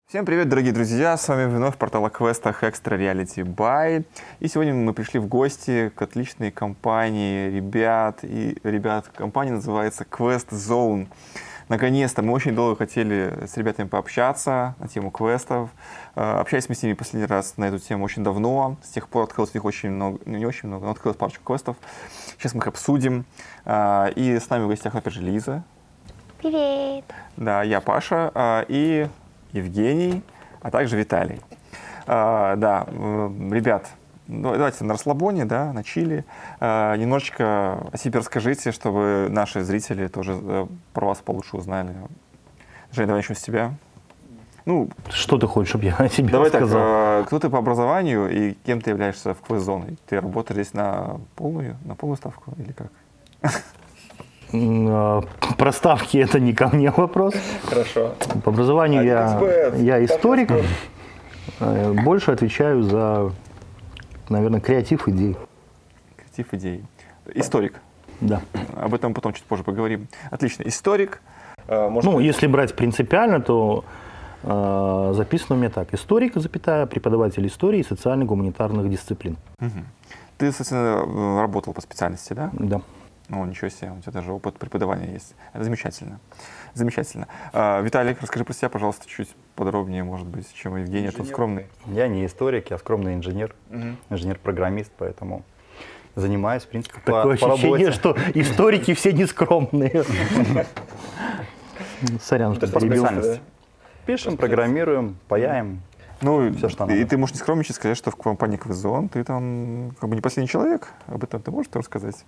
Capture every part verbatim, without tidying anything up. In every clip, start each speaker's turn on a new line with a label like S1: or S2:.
S1: Всем привет, дорогие друзья! С вами вновь портал о квестах Extra Reality Buy. И сегодня мы пришли в гости к отличной компании ребят. И, ребят, компания называется Quest Zone. Наконец-то мы очень долго хотели с ребятами пообщаться на тему квестов. Общались мы с ними последний раз на эту тему очень давно. С тех пор открылось у них очень много, ну не очень много, но открылось парочку квестов. Сейчас мы их обсудим. И с нами в гостях, опять же, Лиза.
S2: Привет!
S1: Да, я Паша. И Евгений, а также Виталий. А, да, ребят, давайте на расслабоне, да, на чили. А, немножечко о себе расскажите, чтобы наши зрители тоже про вас получше узнали. Женя, давай начнем с тебя.
S3: Ну, что ты хочешь, чтобы я о себе
S1: давай
S3: рассказал?
S1: Так, а, кто ты по образованию и кем ты являешься в Quest Zone? Ты работаешь здесь на полную, на полную ставку или как?
S3: Про ставки это не ко мне вопрос.
S1: Хорошо.
S3: По образованию я, я историк. Больше отвечаю за, наверное, креатив идей.
S1: Креатив идей. Историк.
S3: Да.
S1: Об этом потом чуть позже поговорим. Отлично. Историк.
S3: Может ну, быть... если брать принципиально, то э, записано у меня так. Историк, запятая, преподаватель истории и социально-гуманитарных дисциплин.
S1: Угу. Ты, соответственно, работал по специальности, да?
S3: Да.
S1: О, ничего себе, у тебя даже опыт преподавания есть. Замечательно. Замечательно. А, Виталий, расскажи про себя, пожалуйста, чуть подробнее, может быть, чем Евгений, это скромный.
S4: Я не историк, я скромный инженер,
S1: угу.
S4: инженер-программист, поэтому занимаюсь, в принципе,
S3: Такое
S4: по,
S3: ощущение,
S4: по
S3: что историки все нескромные. Сорян, что перебил.
S4: Пишем, программируем, паяем.
S1: Ну,
S4: все, что
S1: и
S4: надо.
S1: Ты можешь не скромничать, сказать, что в компании Quest Zone ты там как бы не последний человек. Об этом ты можешь рассказать?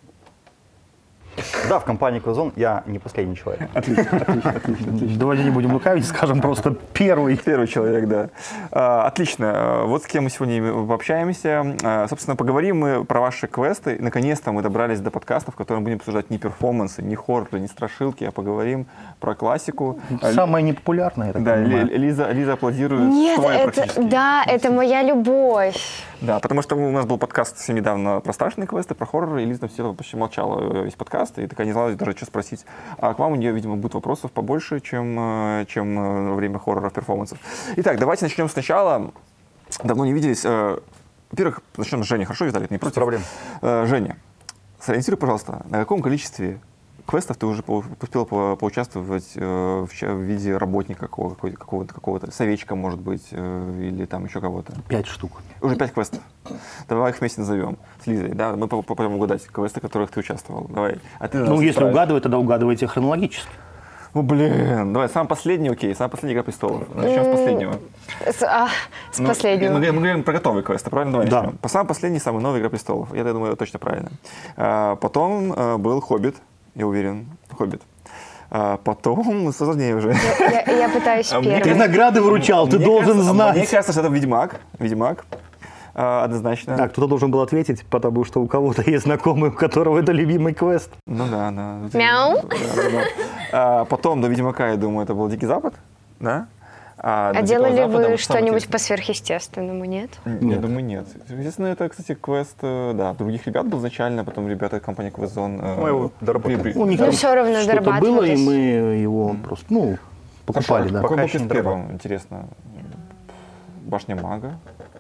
S4: Да, в компании Quest Zone я не последний человек.
S1: Отлично, отлично, отлично, отлично.
S3: Давайте не будем лукавить, скажем просто первый.
S1: Первый человек, да. А, отлично. Вот с кем мы сегодня общаемся. А, собственно, поговорим мы про ваши квесты. Наконец-то мы добрались до подкаста, в котором будем обсуждать не перформансы, не хорроры, не страшилки, а поговорим про классику.
S3: Самое непопулярное, я так
S1: да,
S3: понимаю.
S1: Лиза, Лиза аплодирует.
S2: Нет, это, да, это моя любовь.
S1: Да, потому что у нас был подкаст совсем недавно про страшные квесты, про хорроры, и Лиза все почти молчала весь подкаст, и такая не знала даже, что спросить. А к вам у нее, видимо, будет вопросов побольше, чем, чем во время хорроров, перформансов. Итак, давайте начнем сначала. Давно не виделись. Во-первых, начнем с Жени. Хорошо, Виталий, не против?
S4: Проблем.
S1: Женя, сориентируй, пожалуйста, на каком количестве квестов ты уже успел поучаствовать в виде работника какого-то, какого-то, какого-то советчика, может быть, или там еще кого-то?
S3: Пять штук.
S1: Уже пять квестов. Давай их вместе назовем с Лизой, да? Мы попробуем угадать квесты, в которых ты участвовал. Давай. А ты
S3: ну, если угадывать, тогда угадывайте хронологически.
S1: Ну, блин, давай, самый последний, окей, самый последний «Игра престолов». Начнем с последнего.
S2: С, а, с
S1: ну,
S2: последнего.
S1: Мы, мы говорим про готовые квесты, правильно? Давай
S3: да.
S1: начнем. По самый последний, самый новый «Игра престолов». Я думаю, точно правильно. А, потом а, был «Хоббит», я уверен, «Хоббит». А потом, сложнее уже.
S2: Я, я, я пытаюсь первым.
S3: Ты награды вручал, ты
S1: мне
S3: должен
S1: кажется,
S3: знать.
S1: Мне кажется, что это «Ведьмак». «Ведьмак». А, однозначно.
S3: А кто-то должен был ответить, потому что у кого-то есть знакомый, у которого это любимый квест.
S1: Ну да, да.
S2: Мяу.
S1: Да, да, да. А, потом до «Ведьмака», я думаю, это был «Дикий Запад», да?
S2: А, а делали вы что-нибудь по сверхъестественному, нет?
S1: Нет, я думаю, нет. Естественно, это, кстати, квест, да, других ребят был изначально, потом ребята компании Quest Zone.
S4: Мы его доработали.
S3: У них
S2: ну,
S3: там
S2: все равно
S3: что-то было, и мы его mm. просто, ну, покупали,
S1: Хорошо,
S3: да.
S1: Какой был квест первым, интересно? «Башня мага».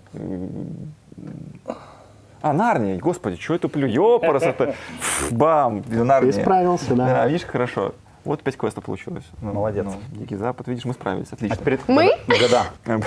S1: А, Нарния, господи, что я туплю? Ёпарас, это бам, Нарния.
S3: Ты справился, да.
S1: Да, видишь, хорошо. Вот пять квестов получилось. Ну,
S4: молодец.
S1: Ну, «Дикий Запад», видишь, мы справились, отлично.
S4: А перед...
S2: Мы?
S4: Года.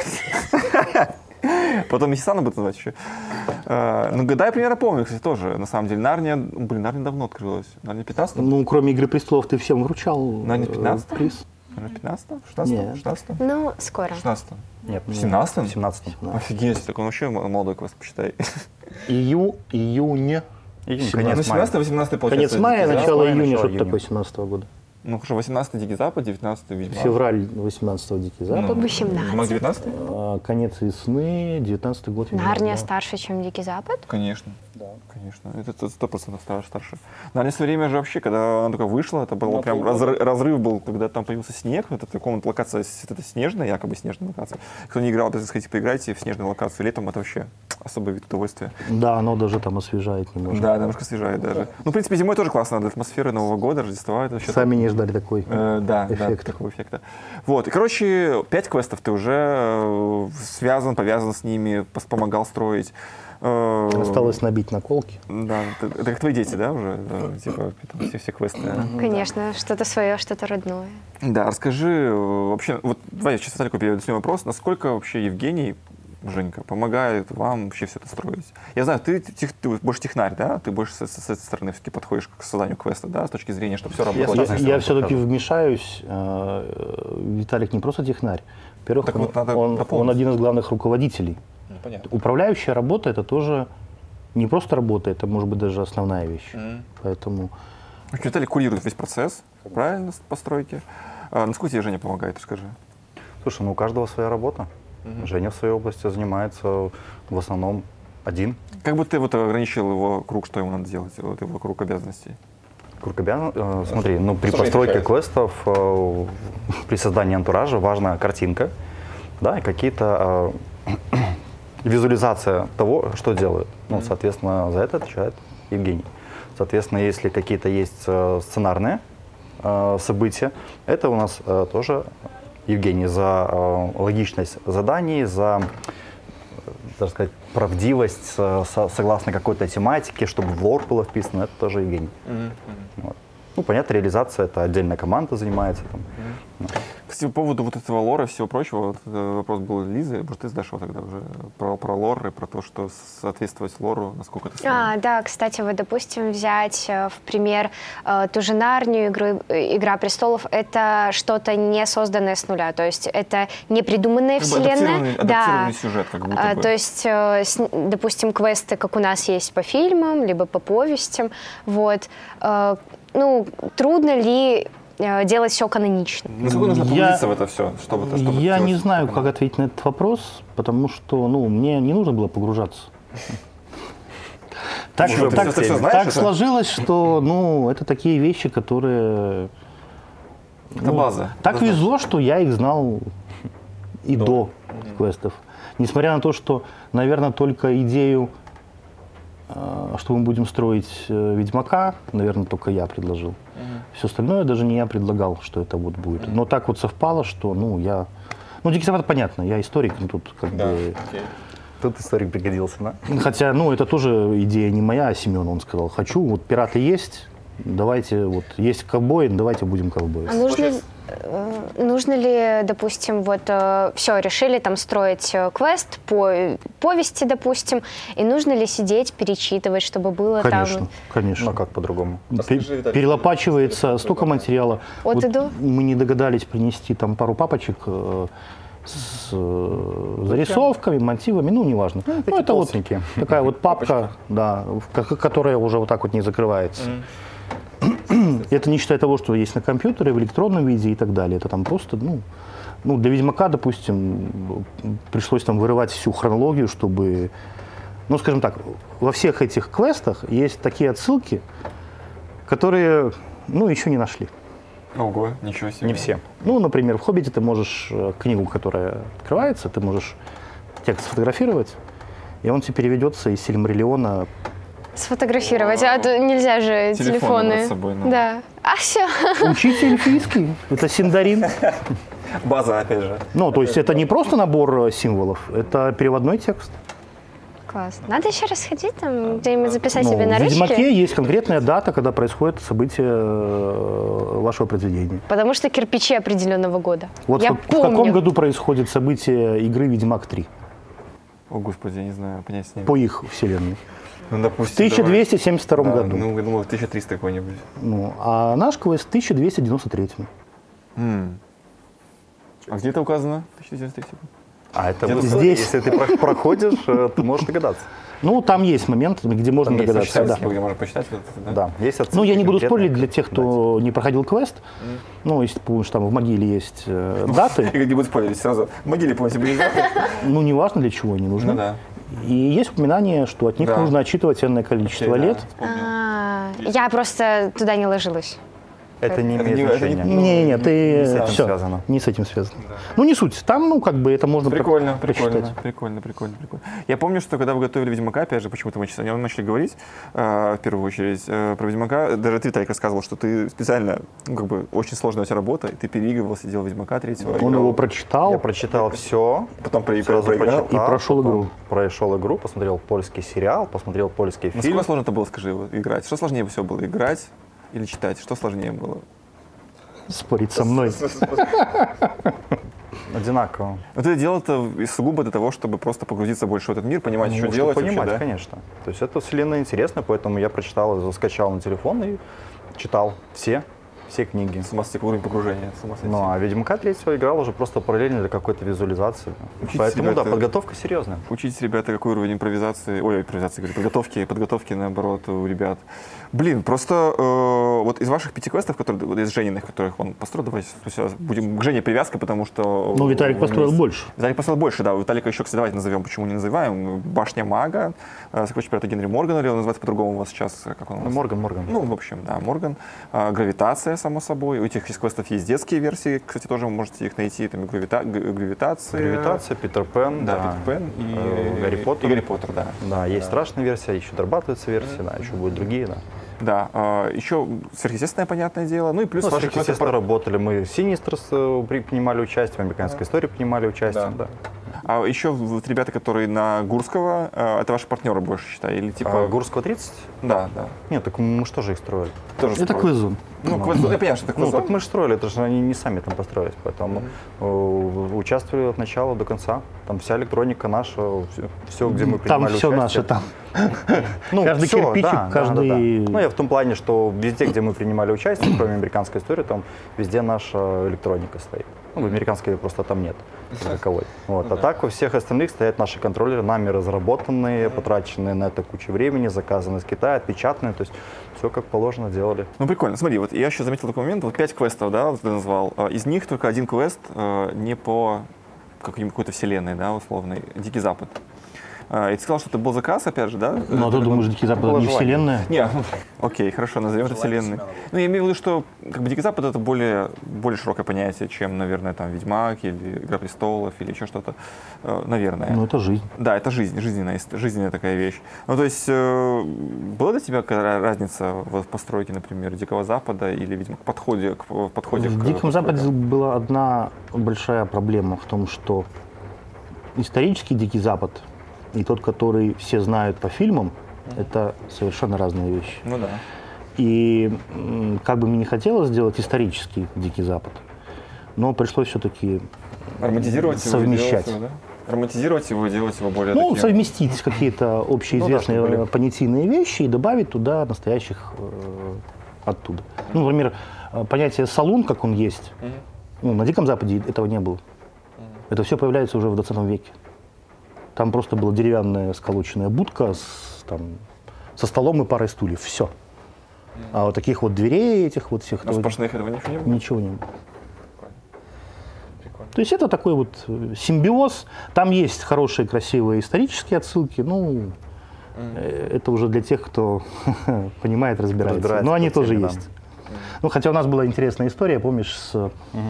S1: Потом Мессисана будет называть еще. Ну, года я примерно помню, кстати, тоже. На самом деле, Нарния, блин, Нарния давно открылась. Нарния пятнадцатом?
S3: Ну, кроме «Игры престолов» ты всем вручал
S1: Нарния пятнадцатом?
S3: приз.
S1: Наверное, пятнадцатом? шестнадцатом? шестнадцатом?
S2: Ну, скоро.
S1: шестнадцатом?
S4: Нет,
S1: в семнадцатом?
S4: В семнадцатом.
S1: Офигеть, так он вообще молодой квест, посчитай.
S3: Ию, июня.
S4: Июнь,
S1: конец
S4: конец мая.
S1: семнадцатый-восемнадцатый, получается.
S3: Конец мая, начало июня,
S4: начало
S3: что-то
S4: июня.
S3: такое семнадцатого года.
S1: Ну, хорошо, восемнадцатый «Дикий Запад», девятнадцатый «Ведьмак».
S3: Февраль восемнадцатого «Дикий Запад».
S1: Ну,
S2: восемнадцатый.
S1: «Ведьмак» девятнадцатый?
S3: А, конец весны, девятнадцатый год.
S2: Нарния
S3: да.
S2: старше, чем Дикий Запад?
S1: Конечно.
S4: Да.
S1: Конечно, это сто процентов старше. старше. На несколько время же вообще, когда она только вышла, это был
S4: На
S1: прям
S4: полгода.
S1: разрыв, разрыв был, когда там появился снег, это такая локация, это снежная, якобы снежная локация. Кто не играл, если хотите поиграйте в снежную локацию летом, это вообще особый вид удовольствия.
S3: Да, оно даже там освежает немножко.
S1: Да, немножко освежает даже. Ну, в принципе, зимой тоже классно, для атмосферы Нового года, Рождества. Это вообще
S3: Сами не ждали такой
S1: Э, да, да,
S3: эффект.
S1: такого эффекта. Вот, и, короче, пять квестов ты уже э, связан, повязан с ними, пос- помогал строить. Э,
S3: Осталось набить наколки.
S1: Да, это, это как твои дети, да, уже? Да, типа, там все, все квесты.
S2: Конечно, что-то свое, что-то родное.
S1: Да, расскажи, э, вообще, вот, давай я сейчас такой переведу вопрос, насколько вообще Евгений, Женька, помогает вам вообще все это строить? Я знаю, ты, тех- ты больше технарь, да? Ты больше с, с этой стороны все-таки подходишь к созданию квеста, да, с точки зрения, чтобы все работало.
S3: Я,
S4: Конечно,
S3: я
S4: вам
S3: все-таки
S4: покажу.
S3: вмешаюсь. Э, Виталик не просто технарь. Во-первых,
S1: Так
S3: он,
S1: вот надо
S3: он-
S1: дополнить.
S3: он один из главных руководителей.
S1: Ну, понятно.
S3: Управляющая работа — это тоже не просто работа, это может быть даже основная вещь. Поэтому
S1: Виталий курирует весь процесс, правильно, с- постройки. А насколько тебе Женя помогает, расскажи?
S4: Слушай, ну у каждого своя работа. Женя в своей области занимается в основном один.
S1: Как бы ты вот ограничил его круг, что ему надо делать, вот его круг обязанностей?
S4: Круг обязан- э, смотри, ну при
S1: Что же
S4: постройке
S1: мешает?
S4: квестов, э, при создании антуража важна картинка, да, и какие-то э, визуализация того, что делают. Ну, соответственно, за это отвечает Евгений. Соответственно, если какие-то есть э, сценарные э, события, это у нас э, тоже Евгений за э, логичность заданий, за, э, так сказать, правдивость со- со- согласно какой-то тематике, чтобы в лор было вписано, это тоже Евгений. Вот. Ну, понятно, реализация — это отдельная команда занимается. Там.
S1: Кстати, по поводу вот этого лора и всего прочего, вот, э, вопрос был Лизы, может, ты сдашь его тогда уже, про, про лор и про то, что соответствовать лору, насколько это
S2: А, да, кстати, вот, допустим, взять э, в пример э, ту же Нарнию, игру, э, «Игра престолов», это что-то не созданное с нуля, то есть это не придуманная
S1: Как бы
S2: вселенная.
S1: адаптированный, адаптированный сюжет, как будто
S2: А,
S1: бы.
S2: то есть, э, с- допустим, квесты, как у нас есть по фильмам, либо по повестям, вот. Э, ну, трудно ли э, делать все канонично?
S1: Насколько нужно
S3: Я-
S1: погрузиться в это все, чтобы, это- чтобы
S3: я
S1: это
S3: не
S1: сделать
S3: знаю,
S1: канал?
S3: как ответить на этот вопрос, потому что ну, мне не нужно было погружаться. Так,
S1: Почему? Ты
S3: так-
S1: всё- ты всё знаешь
S3: так
S1: это?
S3: сложилось, что ну, это такие вещи, которые...
S1: Это база.
S3: Так
S1: однозначно.
S3: везло, что я их знал и до квестов. Несмотря на то, что, наверное, только идею, э, что мы будем строить э, Ведьмака, наверное, только я предложил. Все остальное даже не я предлагал, что это вот будет. Но так вот совпало, что, ну, я... Ну, Дикий Запад, понятно, я историк, ну, тут как бы...
S4: Тут историк пригодился, да?
S3: Хотя, ну, это тоже идея не моя, а Семена. Он сказал, хочу, вот пираты есть, давайте, вот, есть ковбои, давайте будем ковбои.
S2: А нужно, э, нужно ли, допустим, вот все, решили там строить э, квест по повести, допустим, и нужно ли сидеть, перечитывать, чтобы было
S3: Конечно,
S2: там...
S3: конечно.
S4: Ну, а как по-другому?
S3: Пе- Перелопачивается столько материала.
S2: От и до?
S3: Мы не догадались принести там пару папочек э, с э, зарисовками, мотивами, ну, неважно. Ну,
S4: такие
S3: это вот
S4: толстенькие.
S3: такая вот папка, да, в ко- которая уже вот так вот не закрывается. Это не считая того, что есть на компьютере, в электронном виде и так далее. Это там просто, ну, ну для Ведьмака, допустим, пришлось там вырывать всю хронологию, чтобы, ну, скажем так, во всех этих квестах есть такие отсылки, которые, ну, еще не нашли.
S1: Ого, ничего себе.
S4: Не все.
S3: Ну, например, в «Хоббите» ты можешь э, книгу, которая открывается, ты можешь текст сфотографировать, и он тебе переведется из Сильмариллиона.
S2: Сфотографировать, а то нельзя же
S1: Телефон
S2: телефоны.
S1: брать с собой, ну.
S2: Да. А все.
S3: Учите эльфийский, это Синдарин.
S1: База, опять же.
S3: Ну, то есть это не просто набор э, символов, это переводной текст.
S2: Класс. Надо еще раз сходить там, где-нибудь записать
S3: Ну,
S2: себе на
S3: в «Ведьмаке»
S2: ручке.
S3: есть конкретная дата, когда происходит событие э, вашего произведения.
S2: Потому что кирпичи определенного года.
S3: Вот
S2: Я
S3: в, в
S2: помню.
S3: каком году происходит событие игры «Ведьмак три»
S1: О, господи, я не знаю, понять с ним.
S3: по их вселенной?
S1: Ну,
S3: В
S1: допустим,
S3: тысяча двести семьдесят втором
S1: давай.
S3: году.
S1: Ну, я думал, тысяча триста какой-нибудь.
S3: Ну, а наш квест в тысяча двести девяносто третьем.
S1: М. А где это указано? тысяча девятьсот девяносто третий.
S4: А это
S1: Где-то
S4: в-
S3: здесь.
S4: если ты про- проходишь, э, ты можешь догадаться.
S3: Ну, там есть момент, где можно
S4: Там есть
S3: догадаться.
S4: ощущение,
S3: Да.
S1: Где можно почитать? Вот это,
S4: Да, есть отсылки.
S3: Ну, я не буду
S4: конкретные.
S3: спорить для тех, кто не проходил квест. Ну, если ты помнишь, там в могиле есть э, даты.
S1: И не буду спорить сразу. В могиле, помните, были даты?
S3: Ну, неважно, для чего они нужны.
S1: Ну да.
S3: И есть упоминание, что от них
S1: Да.
S3: нужно отсчитывать энное количество
S1: Окей, да,
S3: лет.
S1: вспомнил.
S2: А, Я просто туда не ложилась.
S4: Это не
S1: Это
S4: имеет
S1: не- это не-
S4: значения.
S1: Ну,
S3: Не-не-не, ты
S4: не с этим
S3: все,
S4: связано.
S3: не с этим связано. Ну не суть, там, ну как бы это можно про-
S1: Прикольно,
S3: прочитать.
S1: прикольно, прикольно, прикольно, прикольно. Я помню, что когда вы готовили Ведьмака, опять же, почему-то мы сейчас о нем начали говорить, э, в первую очередь, э, про Ведьмака, даже ты, Виталик, рассказывал, что ты специально, ну, как бы, очень сложная у тебя работа, и ты переигрывал, сидел Ведьмака третьего.
S3: Он
S1: играл,
S3: его прочитал.
S4: Я прочитал все,
S1: потом про-
S4: сразу
S1: проиграл.
S4: прочитал,
S3: И прошел
S4: потом
S3: игру.
S4: Прошел игру, посмотрел польский сериал, посмотрел польский фильм.
S1: Насколько сложно это было, скажи, вот, играть? Что сложнее всего было, играть или читать? Что сложнее было?
S3: Спорить со мной.
S4: Одинаково.
S1: Но ты делал это сугубо для того, чтобы просто погрузиться больше в этот мир, понимать,
S4: Ну,
S1: что
S4: чтобы
S1: делать
S4: понимать,
S1: вообще, да?
S4: конечно. То есть эта вселенная интересная, поэтому я прочитал, скачал на телефон и читал все, все книги.
S1: С ума сойти, уровень погружения, с ума сойти.
S4: Ну, а Ведьмака третьего играл уже просто параллельно для какой-то визуализации.
S1: Учитесь,
S4: Поэтому,
S1: ребята.
S4: да, подготовка серьезная.
S1: Учитесь, ребята, какой уровень импровизации, ой, импровизации, говорю, подготовки, подготовки, наоборот, у ребят. Блин, просто э, вот из ваших пяти квестов, которые, вот из Жениных, которых он построил, давайте сейчас будем к Жене привязка, потому что...
S3: Ну, Виталик
S1: у
S3: построил
S1: есть-
S3: больше.
S1: Виталик построил больше, да. У Виталика еще, кстати, давайте назовем, почему не называем. Башня мага, э, сокровище пирата Генри Моргана, или он называется по-другому у вас сейчас, как он у
S4: Ну,
S1: нас?
S4: Морган, Морган.
S1: Ну, в общем, да, Морган. А, гравитация, само собой. У этих из квестов есть детские версии, кстати, тоже вы можете их найти. Там и гравита... г- гравитация.
S4: Гравитация, Питер Пен,
S1: Да,
S4: да.
S1: Питер Пен и
S4: Э, Гарри Поттер.
S1: И Гарри Поттер, да.
S4: Да, есть страшная версия, еще дорабатывается версия, да, еще будут другие, да.
S1: Да, а, еще сверхъестественное, понятное дело. Ну и плюс
S4: Ну,
S1: ваши
S4: естественно,
S1: квесты про-
S4: работали. Мы в Синистрс э, при- принимали участие, в американской истории принимали участие,
S1: Да.
S4: да.
S1: А еще вот ребята, которые на Гурского, а, это ваши партнеры больше, считай, или типа...
S4: А Гурского тридцать?
S1: Да, да.
S4: Нет, так мы же тоже их строили.
S1: Тоже
S3: Это
S1: строят.
S3: квизон.
S1: Ну, квест, я понимаю, что это
S4: Ну,
S1: квест.
S4: так мы же строили, это же они не сами там построились, поэтому э, участвовали от начала до конца. Там вся электроника наша, все, где мы
S3: Там
S4: принимали
S3: все
S4: участие.
S3: наше, там.
S4: Ну,
S3: Каждый
S4: всё,
S3: кирпичик,
S4: да, да,
S3: каждый-
S4: да, да. Ну, я в том плане, что везде, где мы принимали участие, кроме американской истории, там везде наша электроника стоит. Ну, в американской просто там нет таковой. Вот. А так во всех остальных стоят наши контроллеры, нами разработанные, потраченные на это кучу времени, заказанные из Китая, отпечатанные, то есть все как положено делали.
S1: Ну, прикольно. Смотри, вот я еще заметил такой момент. Вот пять квестов, да, вот ты назвал. А, Из них только один квест э, не по какой-нибудь какой-то вселенной, да, условной. Дикий Запад. А, И ты сказал, что это был заказ, опять же, да?
S3: Ну, а ты думаешь, Дикий Запад
S4: было
S3: не
S4: желание.
S3: вселенная?
S1: Не, ну, окей, хорошо, назовем это вселенной. Ну, я имею в виду, что как бы Дикий Запад это более, более широкое понятие, чем, наверное, там Ведьмак или Игра престолов или еще что-то, э, наверное.
S3: Ну, это жизнь.
S1: Да, это жизнь, жизненная, ист- жизненная такая вещь. Ну, то есть, э, была для тебя какая разница в постройке, например, Дикого Запада или, видимо, к подходе к в подходе
S3: В
S1: к
S3: Диком Западе
S1: постройкам?
S3: была одна большая проблема в том, что исторический Дикий Запад и тот, который все знают по фильмам, это совершенно разные вещи.
S1: Ну да.
S3: И м, как бы мне не хотелось сделать исторический Дикий Запад, но пришлось все-таки
S1: Романтизировать его,
S3: совмещать.
S1: делать его, да? Романтизировать его, делать его более
S3: Ну,
S1: таким.
S3: совместить какие-то общеизвестные
S1: Ну да, чтобы
S3: э, понятийные вещи и добавить туда настоящих э, оттуда. Ну, например, э, понятие салун, как он есть, ну, на Диком Западе этого не было. Это все появляется уже в двадцатом веке. Там просто была деревянная сколоченная будка с, там, со столом и парой стульев. Все. А вот таких вот дверей этих вот всех...
S1: А сплошных этого ничего не было?
S3: Ничего не было.
S1: Прикольно. Прикольно.
S3: То есть это такой вот э, симбиоз. Там есть хорошие, красивые исторические отсылки. Ну, э, это уже для тех, кто понимает, разбирается.
S4: Разбирается
S3: Но они
S4: по теме,
S3: тоже
S4: да.
S3: есть. Ну, хотя у нас была интересная история, помнишь, с,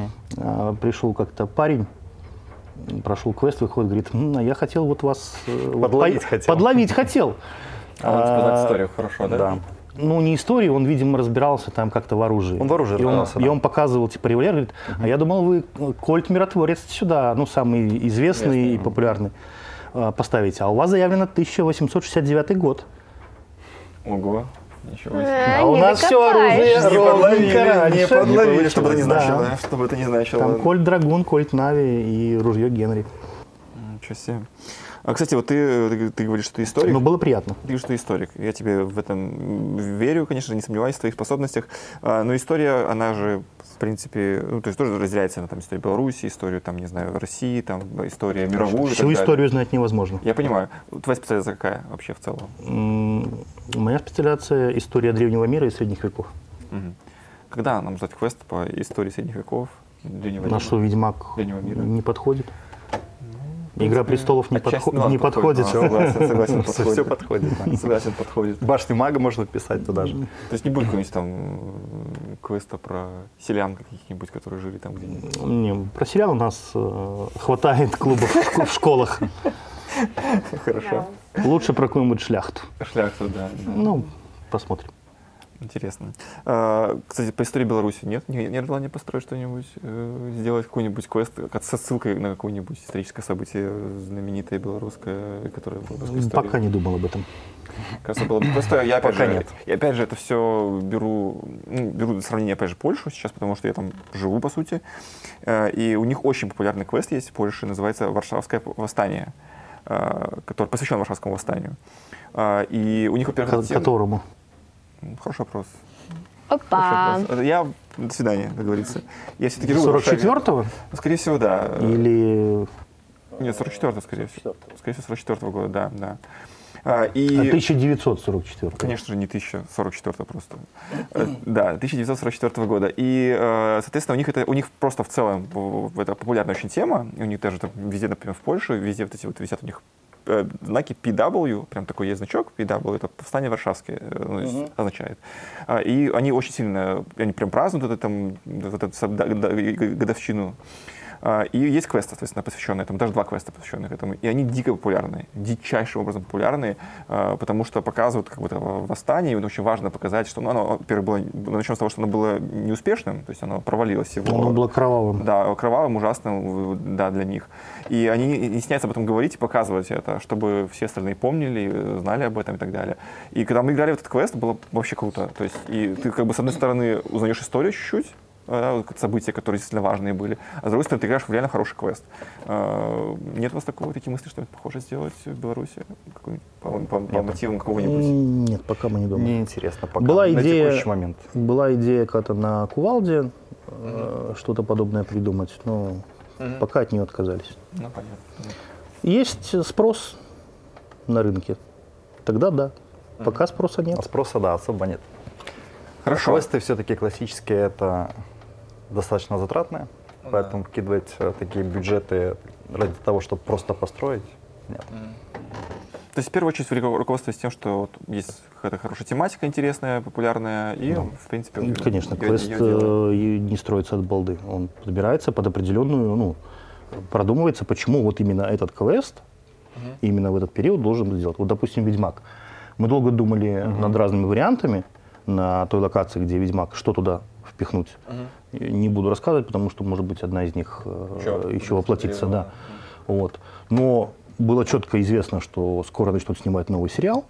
S3: э, пришел как-то парень, прошел квест, выходит, говорит, «М, а я хотел вот вас... э, вот
S4: Подловить
S3: по-
S4: хотел».
S3: Подловить хотел.
S1: А он рассказать
S3: А,
S1: историю хорошо, да?
S4: Да.
S3: Ну, не историю, он, видимо, разбирался там как-то в оружии.
S4: Он в оружии
S3: и он,
S4: разбирался,
S3: и
S4: да.
S3: он показывал, типа, револьвер, говорит, а я думал, вы э, Кольт Миротворец сюда, ну, самый известный и популярный, э, поставите. А у вас заявлено тысяча восемьсот шестьдесят девятый год.
S1: Ого. Ничего себе.
S2: А,
S3: А у
S2: не
S3: нас все оружие
S2: докопаешься.
S3: ровненько раньше.
S1: не подловили, что бы это ни
S3: Да.
S1: значило. да, Что бы это ни значило.
S3: Там Кольт Драгун, Кольт Нави и ружье Генри.
S1: Ничего себе. А, кстати, вот ты, ты, ты говоришь, что ты историк.
S3: Ну, было приятно.
S1: Ты говоришь, что ты историк. Я тебе в этом верю, конечно, не сомневаюсь в твоих способностях. А, но история, она же, в принципе, ну, то есть тоже разделяется на там, историю Беларуси, историю, там, не знаю, России, там, история мировую. и так
S3: Всю
S1: далее.
S3: историю знать невозможно.
S1: Я понимаю. Твоя специализация какая вообще в целом?
S3: М, Моя специализация — история древнего мира и средних веков.
S1: Мгм. Когда нам ждать квест по истории средних веков, древнего
S3: На
S1: Рима?
S3: что Ведьмак
S1: Древнего мира.
S3: не подходит. Игра престолов не,
S1: отчасти,
S3: подхо-
S1: ну, ладно,
S3: не подходит.
S1: Согласен, согласен, подходит.
S4: Все подходит. да.
S1: Согласен, подходит.
S4: Башни мага можно писать туда же.
S1: То есть не будет какого-нибудь там м, квеста про селян каких-нибудь, которые жили там где-нибудь?
S3: Не, про сериал у нас э, хватает клубов в шко- в школах.
S1: Хорошо.
S3: Лучше про какую-нибудь шляхту.
S1: Шляхту, да. да.
S3: Ну, посмотрим.
S1: Интересно. А, кстати, по истории Беларуси нет? Не- Нет желания построить что-нибудь, э, сделать какой-нибудь квест как со ссылкой на какое-нибудь историческое событие знаменитое белорусское, которое было в русской истории?
S3: Пока не думал об этом.
S1: Кажется, было бы просто я опять
S4: Пока
S1: же,
S4: нет.
S1: и опять же это все беру, ну, беру сравнение опять же Польшу сейчас, потому что я там живу по сути, Э, и у них очень популярный квест есть в Польше, называется «Варшавское восстание», э, который посвящен Варшавскому восстанию. Э, И у них, во-первых,
S3: Ко-
S1: это тема-
S3: Которому?
S1: Хороший вопрос.
S2: Опа.
S1: Хороший вопрос. Я до свидания, как говорится. Я все-таки живу в
S3: сорок
S1: Варшаве.
S3: четвёртого?
S1: Скорее всего, да.
S3: Или
S1: Нет, сорок четвёртого, скорее всего. Скорее всего, сорок четвёртого года, да, да. А, И...
S3: а, тысяча девятьсот сорок четвёртого?
S1: Конечно же, не тысяча сорок четвёртого просто. Э, Да, тысяча девятьсот сорок четвёртого года. И, э, соответственно, у них это у них просто в целом в- это популярная очень тема. И у них даже там везде, например, в Польше, везде вот эти вот висят у них э, знаки пи дабл ю, прям такой есть значок пи дабл ю, это «Повстание Варшавское», э, ну, есть, означает. А, И они очень сильно, они прям празднуют это, там, вот эту со- да- да- годовщину. А, И есть квесты, соответственно, посвященные, там даже два квеста, посвященных этому. И они дико популярны, дичайшим образом популярны, а, потому что показывают как бы это восстание, и очень важно показать, что ну, оно, во-первых, было, начнем с того, что оно было неуспешным, то есть оно провалилось. Его,
S3: Оно было кровавым.
S1: Да, кровавым, ужасным, да, для них. И они не, не стесняются об этом говорить и показывать это, чтобы все остальные помнили, знали об этом и так далее. И когда мы играли в этот квест, было вообще круто. То есть, и ты как бы с одной стороны узнаешь историю чуть-чуть, да, вот события, которые действительно важные были, а с другой стороны ты играешь в реально хороший квест. А, Нет у вас такого, такие мысли, что-нибудь похожее сделать в Беларуси? Какой-нибудь По, по, по мотивам какого-нибудь?
S3: М, Нет, пока мы не думаем.
S4: Неинтересно пока.
S3: Была
S4: на
S3: идея-
S4: текущий момент.
S3: Была идея как-то на Кувалде э, что-то подобное придумать, но пока от нее отказались.
S1: Ну, понятно.
S3: Есть спрос на рынке, тогда да. Пока спроса
S4: А
S3: нет.
S4: спроса, да, особо нет.
S1: Хорошо.
S4: Квесты все-таки классические, это достаточно затратные, поэтому вкидывать э, такие бюджеты ради того, чтобы просто построить, нет.
S1: То есть в первую очередь вы руко- руководствуетесь тем, что вот есть какая-то хорошая тематика интересная, популярная, и, в принципе,
S3: Ну, Конечно,
S1: её-
S3: квест
S1: её делаете.
S3: э, и не строится от балды. Он подбирается под определенную, ну, продумывается, почему вот именно этот квест, именно в этот период должен быть сделан. Вот, допустим, Ведьмак. Мы долго думали над разными вариантами на той локации, где Ведьмак, что туда впихнуть. И Не буду рассказывать, потому что, может быть, одна из них э,
S1: Ещё
S3: еще воплотится.
S1: заинтересовала.
S3: Да. Вот. Но было четко известно, что скоро начнут снимать новый сериал,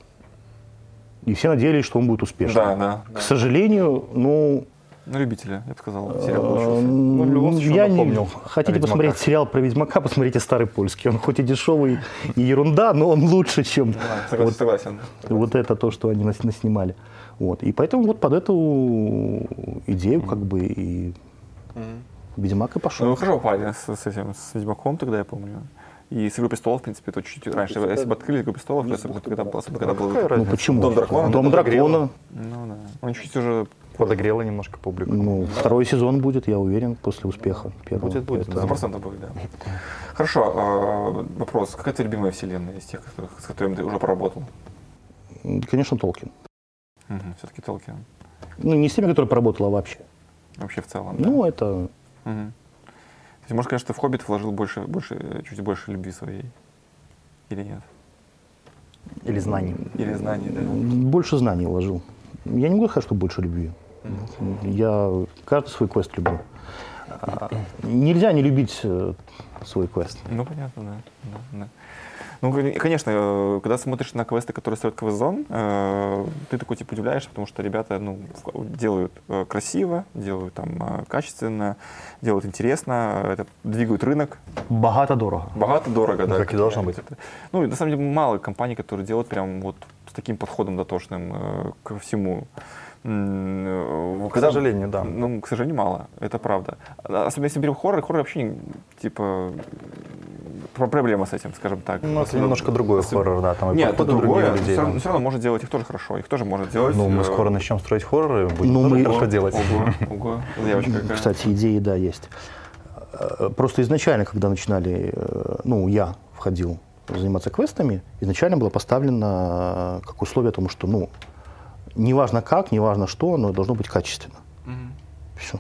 S3: и все надеялись, что он будет успешным.
S1: Да, да.
S3: К сожалению, ну,
S1: Ну, любителя, я бы сказал, сериал получился.
S3: Эм,
S4: Ну, в любом случае,
S3: я
S4: он
S3: не...
S4: напомнил
S3: Хотите
S4: Ведьмака.
S3: посмотреть сериал про Ведьмака, посмотрите старый польский. Он хоть и дешевый и ерунда, но он лучше, чем
S1: Да, согласен,
S3: вот,
S1: согласен.
S3: вот это то, что они нас- наснимали. Вот. И поэтому вот под эту идею как бы и Ведьмак и пошел.
S1: Ну, вы хорошо попали с, с этим, с Ведьмаком тогда, я помню. И с «Игрой престолов», в принципе, это чуть-чуть раньше. Если бы открыли «Игру престолов», то особенно когда, был- особенно когда был...
S4: Какая
S3: Ну
S4: разница?
S3: почему?
S1: Дом дракона?
S3: Дом
S4: Подогрело.
S3: дракона.
S1: Ну, да. Он чуть уже...
S4: Подогрело немножко публику.
S3: Ну, второй сезон будет, я уверен, после успеха первого.
S4: Будет, будет,
S3: Поэтому-
S1: Сто процентов будет, да. Хорошо, а, вопрос. Какая твоя любимая вселенная из тех, которых- с которыми ты уже поработал?
S3: Конечно, Толкин.
S1: Все-таки Толкин.
S3: Ну, не с теми, которые поработала, а вообще.
S1: Вообще в целом, да?
S3: Ну, это
S1: Мгм. То есть, можно сказать, что в «Хоббит» вложил больше, больше, чуть больше любви своей? Или нет?
S4: Или знаний.
S1: Или знаний, да?
S3: больше знаний вложил. Я не могу сказать, что больше любви. Я каждый свой квест люблю. А, Нельзя не любить э, свой квест.
S1: Ну, понятно, да. да, да. Ну, кон- конечно, э, когда смотришь на квесты, которые строит квест-зон, э, ты такой типа удивляешься, потому что ребята ну, в- делают э, красиво, делают там э, качественно, делают интересно, э, это двигают рынок.
S3: Богато дорого.
S1: Богато, дорого, да.
S4: как и должно быть.
S1: Это- Ну, и на самом деле мало компаний, которые делают прям вот с таким подходом дотошным э, ко всему. М, э,
S4: К сожалению, да.
S1: Ну, к сожалению, мало. Это правда. А Особенно если берем хоррор, хоррор вообще, не- типа, про- проблема с этим, скажем так.
S4: Ну, это
S1: Особенно-
S4: немножко другой
S1: особ-
S4: хоррор, да, там и
S1: Нет, это
S4: подходы другие
S1: другое.
S4: у людей,
S1: все,
S4: да.
S1: равно, все равно может делать их тоже хорошо. Их тоже может делать.
S4: Ну, мы
S1: э,
S4: скоро начнем строить хорроры, будем
S3: Ну,
S4: тоже
S3: мы-
S4: хорошо делать.
S1: Ого, ого. Заявочка какая.
S3: Кстати, идеи, да, есть. Э, Просто изначально, когда начинали, э, ну, я в входил заниматься квестами, изначально было поставлено как условие тому, что, ну, неважно как, неважно что, но должно быть качественно.
S1: Мгм.
S3: Все.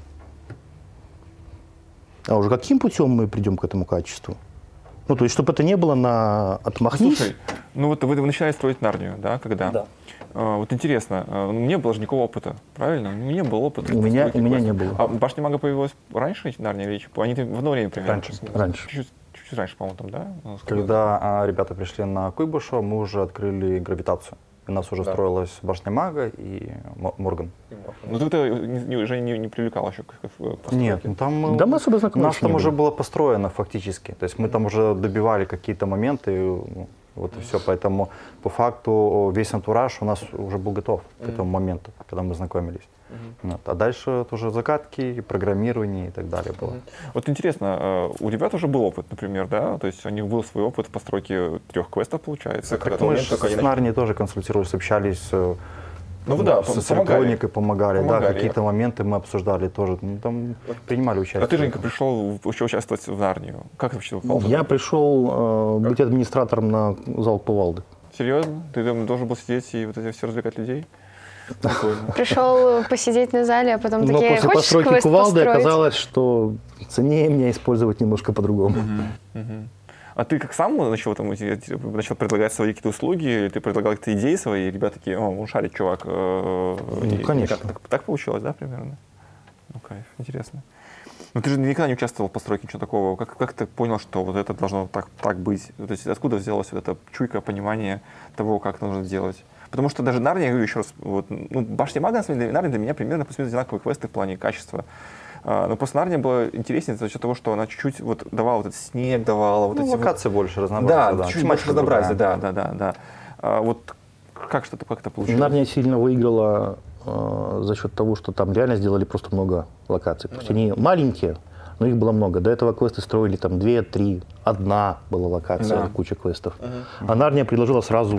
S3: А уже каким путем мы придем к этому качеству? Ну, то есть, чтобы это не было на отмахнись.
S1: Слушай, ну вот вы, вы начинали строить Нарнию, да, когда?
S3: Да.
S1: А, вот интересно, а, ну, не было же никакого опыта, правильно? Ну, не было опыта.
S3: У меня-
S1: постройки
S3: у меня
S1: квестов.
S3: не было.
S1: А Башня Мага появилась раньше, Нарния или чего? Они в одно время примерно?
S4: Раньше.
S3: Раньше.
S1: Чуть-чуть, чуть-чуть раньше, по-моему, там, да? Ну, сколько?
S4: Когда а, ребята пришли на Куйбышева, мы уже открыли гравитацию. У нас уже
S1: Да.
S4: строилась Башня Мага и Мо- Морган.
S1: Ну, ты это не, не- уже не, не привлекал еще к, к- к постройке?
S4: Нет, ну там,
S3: Да мы особо
S4: у
S3: знакомы
S4: нас
S3: еще не
S4: там уже
S3: были.
S4: было построено фактически. То есть мы там уже добивали какие-то моменты, ну, вот и все. Поэтому по факту весь антураж у нас уже был готов к этому моменту, когда мы знакомились. Вот. А дальше это уже закатки, программирование и так далее было.
S1: Вот интересно, э, у ребят уже был опыт, например, да? То есть у них был свой опыт в постройке трех квестов, получается.
S4: Так
S1: Когда
S4: мы
S1: момент
S4: же
S1: только они
S4: с
S1: начали-
S4: Нарнией тоже консультировались, общались, э,
S1: Ну да,
S4: с,
S1: пом-
S4: с
S1: помогали.
S4: электроникой помогали,
S1: Помогали.
S4: да, какие-то моменты мы обсуждали тоже, ну, там принимали участие.
S1: А ты, Женька, пришел еще участвовать в Нарнию. Как ты вообще попал?
S3: Я пришел э, быть администратором на зал Кувалды.
S1: Серьезно? Ты там должен был сидеть и вот эти все развлекать людей? Прикольно.
S2: Пришел посидеть на зале, а потом
S3: Но
S2: такие,
S3: после
S2: хочешь
S3: постройки
S2: квест
S3: Кувалды
S2: построить?
S3: оказалось, что ценнее меня использовать немножко по-другому.
S1: Мгм. А ты как сам начал, там, эти- эти- начал предлагать свои какие-то услуги, или ты предлагал какие-то идеи свои, и ребята такие, о, он шарит, чувак. э, и-
S3: конечно.
S1: и как- так, так получилось, да, примерно? Ну, кайф, интересно. Но ты же никогда не участвовал в постройке ничего такого. Как, как ты понял, что вот это должно так, так быть? То есть откуда взялось вот это чуйка, понимание того, как это нужно делать? Потому что даже Нарния, я говорю еще раз, вот, ну, Башня Мага, на самом деле, Нарния для меня примерно плюс-минус одинаковые квесты в плане качества. А, но просто Нарния была интереснее за счет того, что она чуть-чуть вот давала вот этот снег, давала вот
S4: Ну,
S1: эти вот-
S4: локации больше разнообразия.
S1: Да, чуть больше
S4: тематика
S1: разнообразия,
S4: другая.
S1: да, да, да, да. А, вот как что-то как это получилось?
S3: Нарния сильно выиграла э, за счет того, что там реально сделали просто много локаций. Пусть они маленькие, но их было много. До этого квесты строили там две, три, одна была локация,
S1: Да.
S3: куча квестов. А Нарния предложила сразу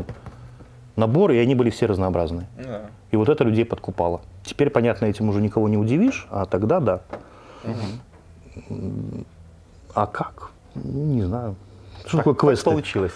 S3: набор, и они были все разнообразные.
S1: Да.
S3: И вот это людей подкупало. Теперь, понятно, этим уже никого не удивишь, а тогда да. М, А как? Ну, Не знаю. Что такое
S4: Так
S3: квесты?
S4: получилось.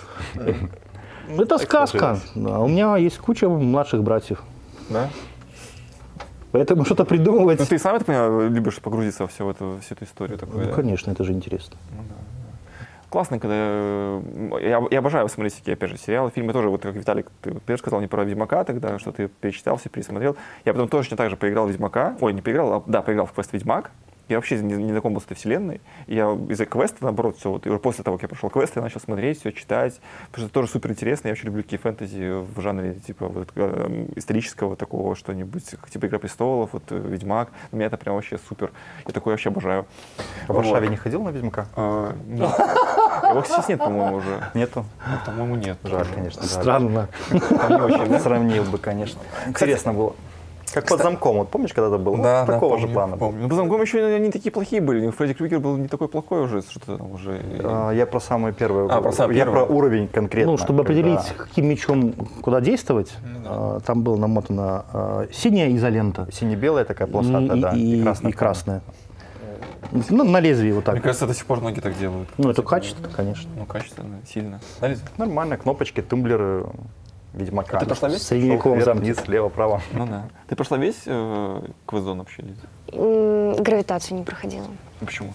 S3: Это сказка. Да, у меня есть куча младших братьев.
S1: Да?
S3: Поэтому что-то придумывать...
S1: Ну ты сам, я так понимаю, любишь погрузиться во всю эту, всю эту историю такую,
S3: Ну,
S1: да?
S3: конечно, это же интересно.
S1: Классно, когда... э, Я, я обожаю смотреть такие, опять же, сериалы, фильмы тоже. Вот как Виталик, ты первый сказал мне про Ведьмака тогда, что ты перечитал, все пересмотрел. Я потом точно так же поиграл в Ведьмака. Ой, не поиграл, а да, поиграл в квест Ведьмак. Я вообще не, не знаком был с этой вселенной. И я из-за квеста, наоборот, все. Вот, и уже после того, как я прошел квест, я начал смотреть, все читать. Потому что это тоже супер интересно. Я вообще люблю такие фэнтези в жанре типа вот, э, исторического такого что-нибудь, типа Игра престолов, вот э, Ведьмак. У меня это прям вообще супер. Я такое вообще обожаю.
S4: А в Варшаве
S1: Вот.
S4: не ходил на Ведьмака?
S1: А, нет. Его сейчас нет, по-моему, уже.
S4: Нету?
S1: Ну, по-моему, нет.
S4: Жаль, конечно. жаль.
S3: Странно.
S1: Там не очень, да?
S4: Сравнил бы, конечно. Интересно было. Как под замком, вот помнишь, когда это было?
S1: Да, да,
S4: Такого
S1: помню,
S4: же плана.
S1: помню. Ну, по замкам еще они такие плохие были. У Фредди Крюгер был не такой плохой уже, что-то там уже.
S4: А, Я про самые первые.
S1: А, про самые
S4: Я
S1: первые.
S4: про уровень конкретно.
S3: Ну, чтобы
S4: когда-
S3: определить, каким мечом куда действовать, а, там была намотана а, синяя изолента
S4: Сине-белая такая полосатая,
S3: и,
S4: да,
S3: и-
S4: красная.
S3: и красная. Ну, на лезвии вот
S1: Мне
S3: так.
S1: кажется, до сих пор многие так делают.
S3: Ну, это качество, конечно.
S1: Ну, качественно, сильно. Да, Лиза?
S4: Нормально, кнопочки, тумблеры, Ведьмака.
S1: А ты прошла весь?
S3: В средневековом
S4: Вверх,
S3: замке.
S4: вниз, слева, право.
S1: Ну да. Ты прошла весь э, квест-зон вообще, Лиза?
S2: М, Гравитацию не проходила.
S1: Ну, почему?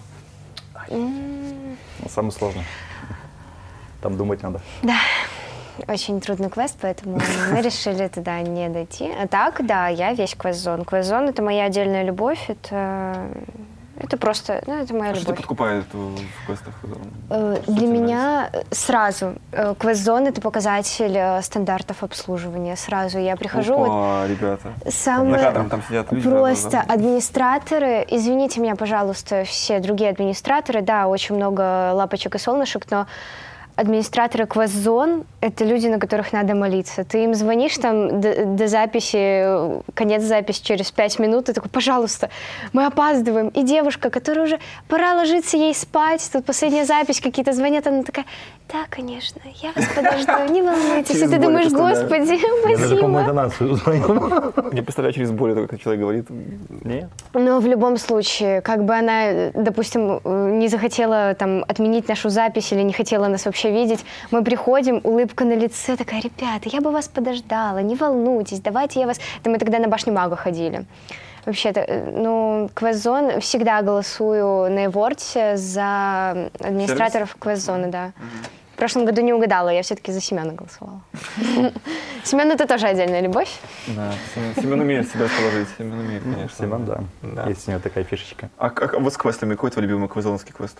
S2: М,
S4: Ну, самое сложное. Там думать надо.
S2: Да, очень трудный квест, поэтому мы решили туда не дойти. А так, да, я весь квест-зон. Квест-зон — это моя отдельная любовь, это, это просто, ну, это моя
S1: А что тебя
S2: любовь.
S1: подкупает э, в квестах?
S2: Э,
S1: Что
S2: Для
S1: тебе
S2: меня э, сразу э, квест-зон — это показатель э, стандартов обслуживания. Сразу я прихожу, вот
S1: Опа, ребята. За
S2: самое
S1: кадром там сидят люди.
S2: просто
S1: да, да, да.
S2: администраторы, извините меня, пожалуйста, все другие администраторы, да, очень много лапочек и солнышек, но администраторы квест-зон — это люди, на которых надо молиться. Ты им звонишь там до, до записи, конец записи через пять минут, и такой, пожалуйста, мы опаздываем. И девушка, которая уже пора ложиться ей спать, тут последняя запись, какие-то звонят, она такая, да, конечно, я вас подожду, не волнуйтесь. И
S1: Через
S2: ты
S1: боль
S2: думаешь,
S1: представляю.
S2: господи,
S3: Я даже, по-моему,
S2: спасибо.
S3: интонацию узнаю.
S1: Я представляю через боль, это как человек говорит.
S4: Нет?
S2: Но в любом случае, как бы она, допустим, не захотела там отменить нашу запись или не хотела нас вообще вообще видеть. Мы приходим, улыбка на лице, такая, ребята, я бы вас подождала, не волнуйтесь, давайте я вас... Да мы тогда на башню Мага ходили. Вообще-то, ну, Квест-зон, всегда голосую на Эворте за администраторов Квест-зоны, да.
S1: Угу.
S2: В прошлом году не угадала, я все-таки за Семена голосовала. Семен — это тоже отдельная любовь.
S1: Да, Семен умеет себя расположить, Семен умеет, конечно.
S4: Семен, да. да. Есть у него такая фишечка.
S1: А, а вот с квестами, какой твой любимый квест-зоновский квест?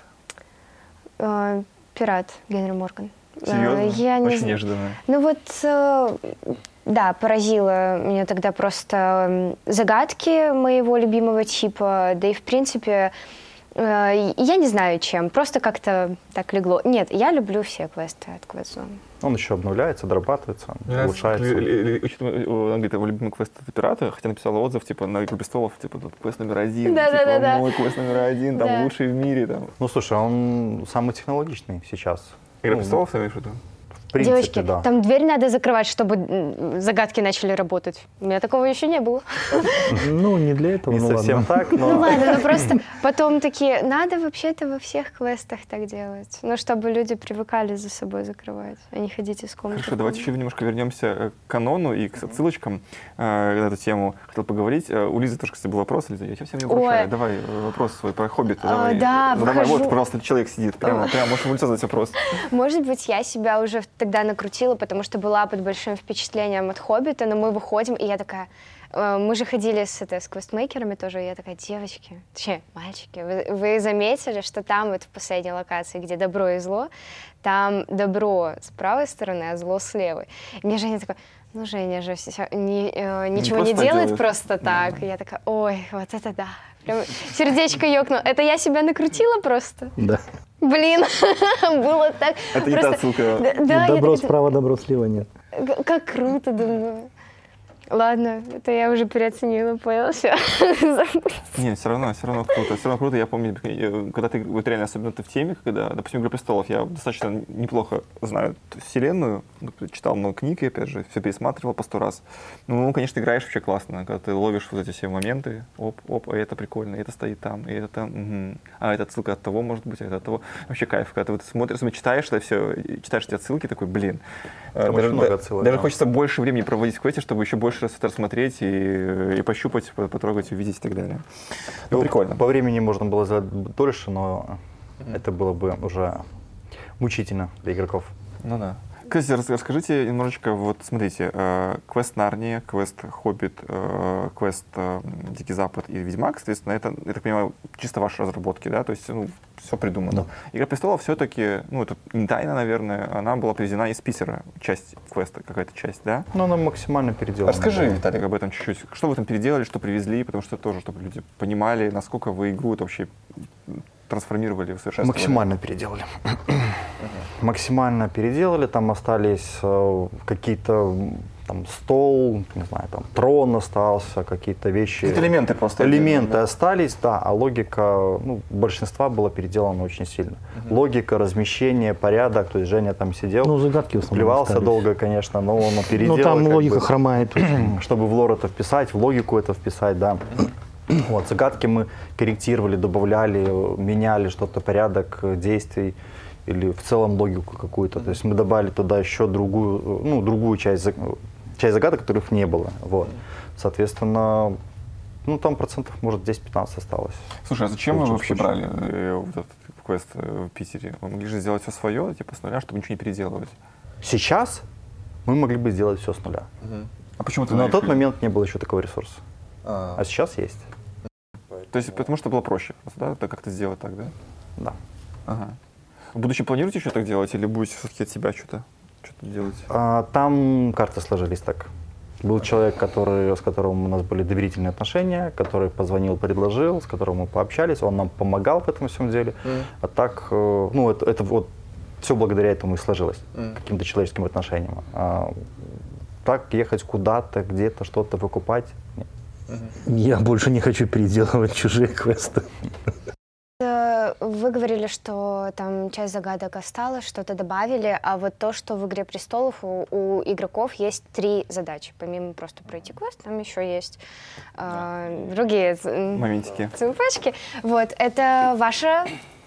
S2: Uh, Пират Генри Морган.
S1: Серьезно?
S2: Uh, я
S1: Очень
S2: не...
S1: неожиданно.
S2: Ну вот, uh, да, поразило меня тогда просто загадки моего любимого типа, да и в принципе... Я не знаю, чем, просто как-то так легло. Нет, я люблю все квесты от Квест-зон.
S4: Он еще обновляется, дорабатывается, улучшается.
S1: Он говорит, его любимый квест — это пираты, хотя написала отзыв, типа, на «Игру престолов», типа, тут квест номер один,
S2: да,
S1: типа,
S2: да, да,
S1: мой квест номер один, там,
S2: да.
S1: лучший в мире, там.
S4: Ну, слушай, он самый технологичный сейчас.
S1: «Игра
S4: ну,
S1: престолов», ты имеешь в виду?
S4: В принципе,
S2: Девочки,
S4: да.
S2: там дверь надо закрывать, чтобы загадки начали работать. У меня такого еще не было.
S3: Ну, не для этого,
S4: Не
S3: ну
S4: совсем
S3: ладно.
S4: так, но...
S2: Ну ладно, ну просто потом такие, надо вообще-то во всех квестах так делать. Ну, чтобы люди привыкали за собой закрывать, а не ходить из комнаты.
S1: Хорошо, давайте еще немножко вернемся к канону и к отсылочкам на эту тему. Хотел поговорить. У Лизы тоже, кстати, был вопрос. Лиза, я тебя всем не бросаю. Давай вопрос свой про «Хоббита».
S2: А,
S1: Давай,
S2: да,
S1: давай.
S2: выхожу.
S1: Вот, пожалуйста, человек сидит. Прямо, прямо можешь в лицо задать вопрос.
S2: Может быть, я себя уже тогда накрутила, потому что была под большим впечатлением от «Хоббита», но мы выходим, и я такая... Мы же ходили с, это, с квестмейкерами тоже, и я такая, девочки, точнее, мальчики, вы, вы заметили, что там вот в последней локации, где добро и зло, там добро с правой стороны, а зло с левой. И мне Женя такая, ну, Женя же все, не, э, ничего не, не делает делает. просто так. Да. И я такая, ой, вот это да. Прям сердечко ёкнуло. Это я себя накрутила просто?
S3: Да.
S2: Блин, было так...
S1: Это не та отсылка.
S2: Да,
S3: добро справа, добро слева нет.
S2: Как круто, думаю. Ладно, это я уже переоценила, поняла, все.
S1: Нет, все равно, все равно круто. Все равно круто. Я помню, когда ты, вот реально, особенно ты в теме, когда, допустим, «Игра престолов», я достаточно неплохо знаю вселенную, читал много книг, и, опять же, все пересматривал по сто раз. Ну, конечно, играешь вообще классно, когда ты ловишь вот эти все моменты, оп, оп, а это прикольно, и это стоит там, и это там, угу. А это отсылка от того, может быть, а это от того. Вообще кайф, когда ты вот смотришь, читаешь это все, читаешь эти отсылки, такой, блин.
S4: Там
S1: даже,
S4: много
S1: да,
S4: отсылок,
S1: даже
S4: да.
S1: хочется больше времени проводить в квесте, чтобы еще больше раз это рассмотреть и, и пощупать, потрогать, увидеть и так далее. Ну,
S4: Ну,
S1: прикольно.
S4: По времени можно было сделать дольше, но mm-hmm. это было бы уже мучительно для игроков.
S1: Ну да. Кстати, расскажите немножечко, вот смотрите, э, квест Нарния, квест Хоббит, э, квест э, Дикий Запад и Ведьмак, соответственно, это, я так понимаю, чисто ваши разработки, да, то есть, ну, все придумано.
S3: Да.
S1: Игра престолов все-таки, ну, это не тайна, наверное, она была привезена из Питера, часть квеста, какая-то часть, да?
S4: Но она максимально переделана.
S1: Расскажи,
S4: да.
S1: Виталик, об этом чуть-чуть. Что вы там переделали, что привезли, потому что тоже, чтобы люди понимали, насколько вы игру это вообще трансформировали, усовершенствовали.
S4: Максимально переделали. Максимально переделали, там остались э, какие-то, там, стол, не знаю, там, трон остался, какие-то вещи.
S1: Это элементы просто.
S4: Элементы
S1: да?
S4: остались, да, а логика, ну, большинства была переделана очень сильно. Угу. Логика, размещение, порядок, то есть Женя там сидел,
S3: ну, загадки в основном
S4: плевался
S3: остались.
S4: долго, конечно, но он переделал.
S3: Ну, там логика
S4: бы,
S3: хромает.
S4: чтобы в лор это вписать, в логику это вписать, да. Вот, загадки мы корректировали, добавляли, меняли что-то, порядок действий или в целом логику какую-то. То есть мы добавили туда еще другую, ну, другую часть, часть загадок, которых не было. Вот. Соответственно, ну, там процентов, может, десять-пятнадцать осталось.
S1: Слушай, а зачем вы вообще
S4: случае.
S1: брали э, вот этот квест э, в Питере? Вы могли же сделать все свое, типа с нуля, чтобы ничего не переделывать.
S4: Сейчас мы могли бы сделать все с нуля.
S1: Угу. А почему ты
S4: Но на
S1: решили?
S4: тот момент не было еще такого ресурса. А, а сейчас есть.
S1: То есть потому что было проще, да, это как-то сделать так, да?
S4: Да.
S1: Ага. В будущем планируете еще так делать или будете все-таки от себя что-то что-то делать?
S4: А, там карты сложились так. Был человек, который, с которым у нас были доверительные отношения, который позвонил, предложил, с которым мы пообщались, он нам помогал в этом всем деле. Mm. А так, ну, это, это вот все благодаря этому и сложилось, mm. каким-то человеческим отношениям. А, так ехать куда-то, где-то что-то выкупать. Нет.
S3: Я больше не хочу переделывать чужие квесты.
S2: Вы говорили, что там часть загадок осталась, что-то добавили, а вот то, что в «Игре престолов» у, у игроков есть три задачи. Помимо просто пройти квест, там еще есть э, другие
S1: моментики,
S2: цепочки. Вот, это ваша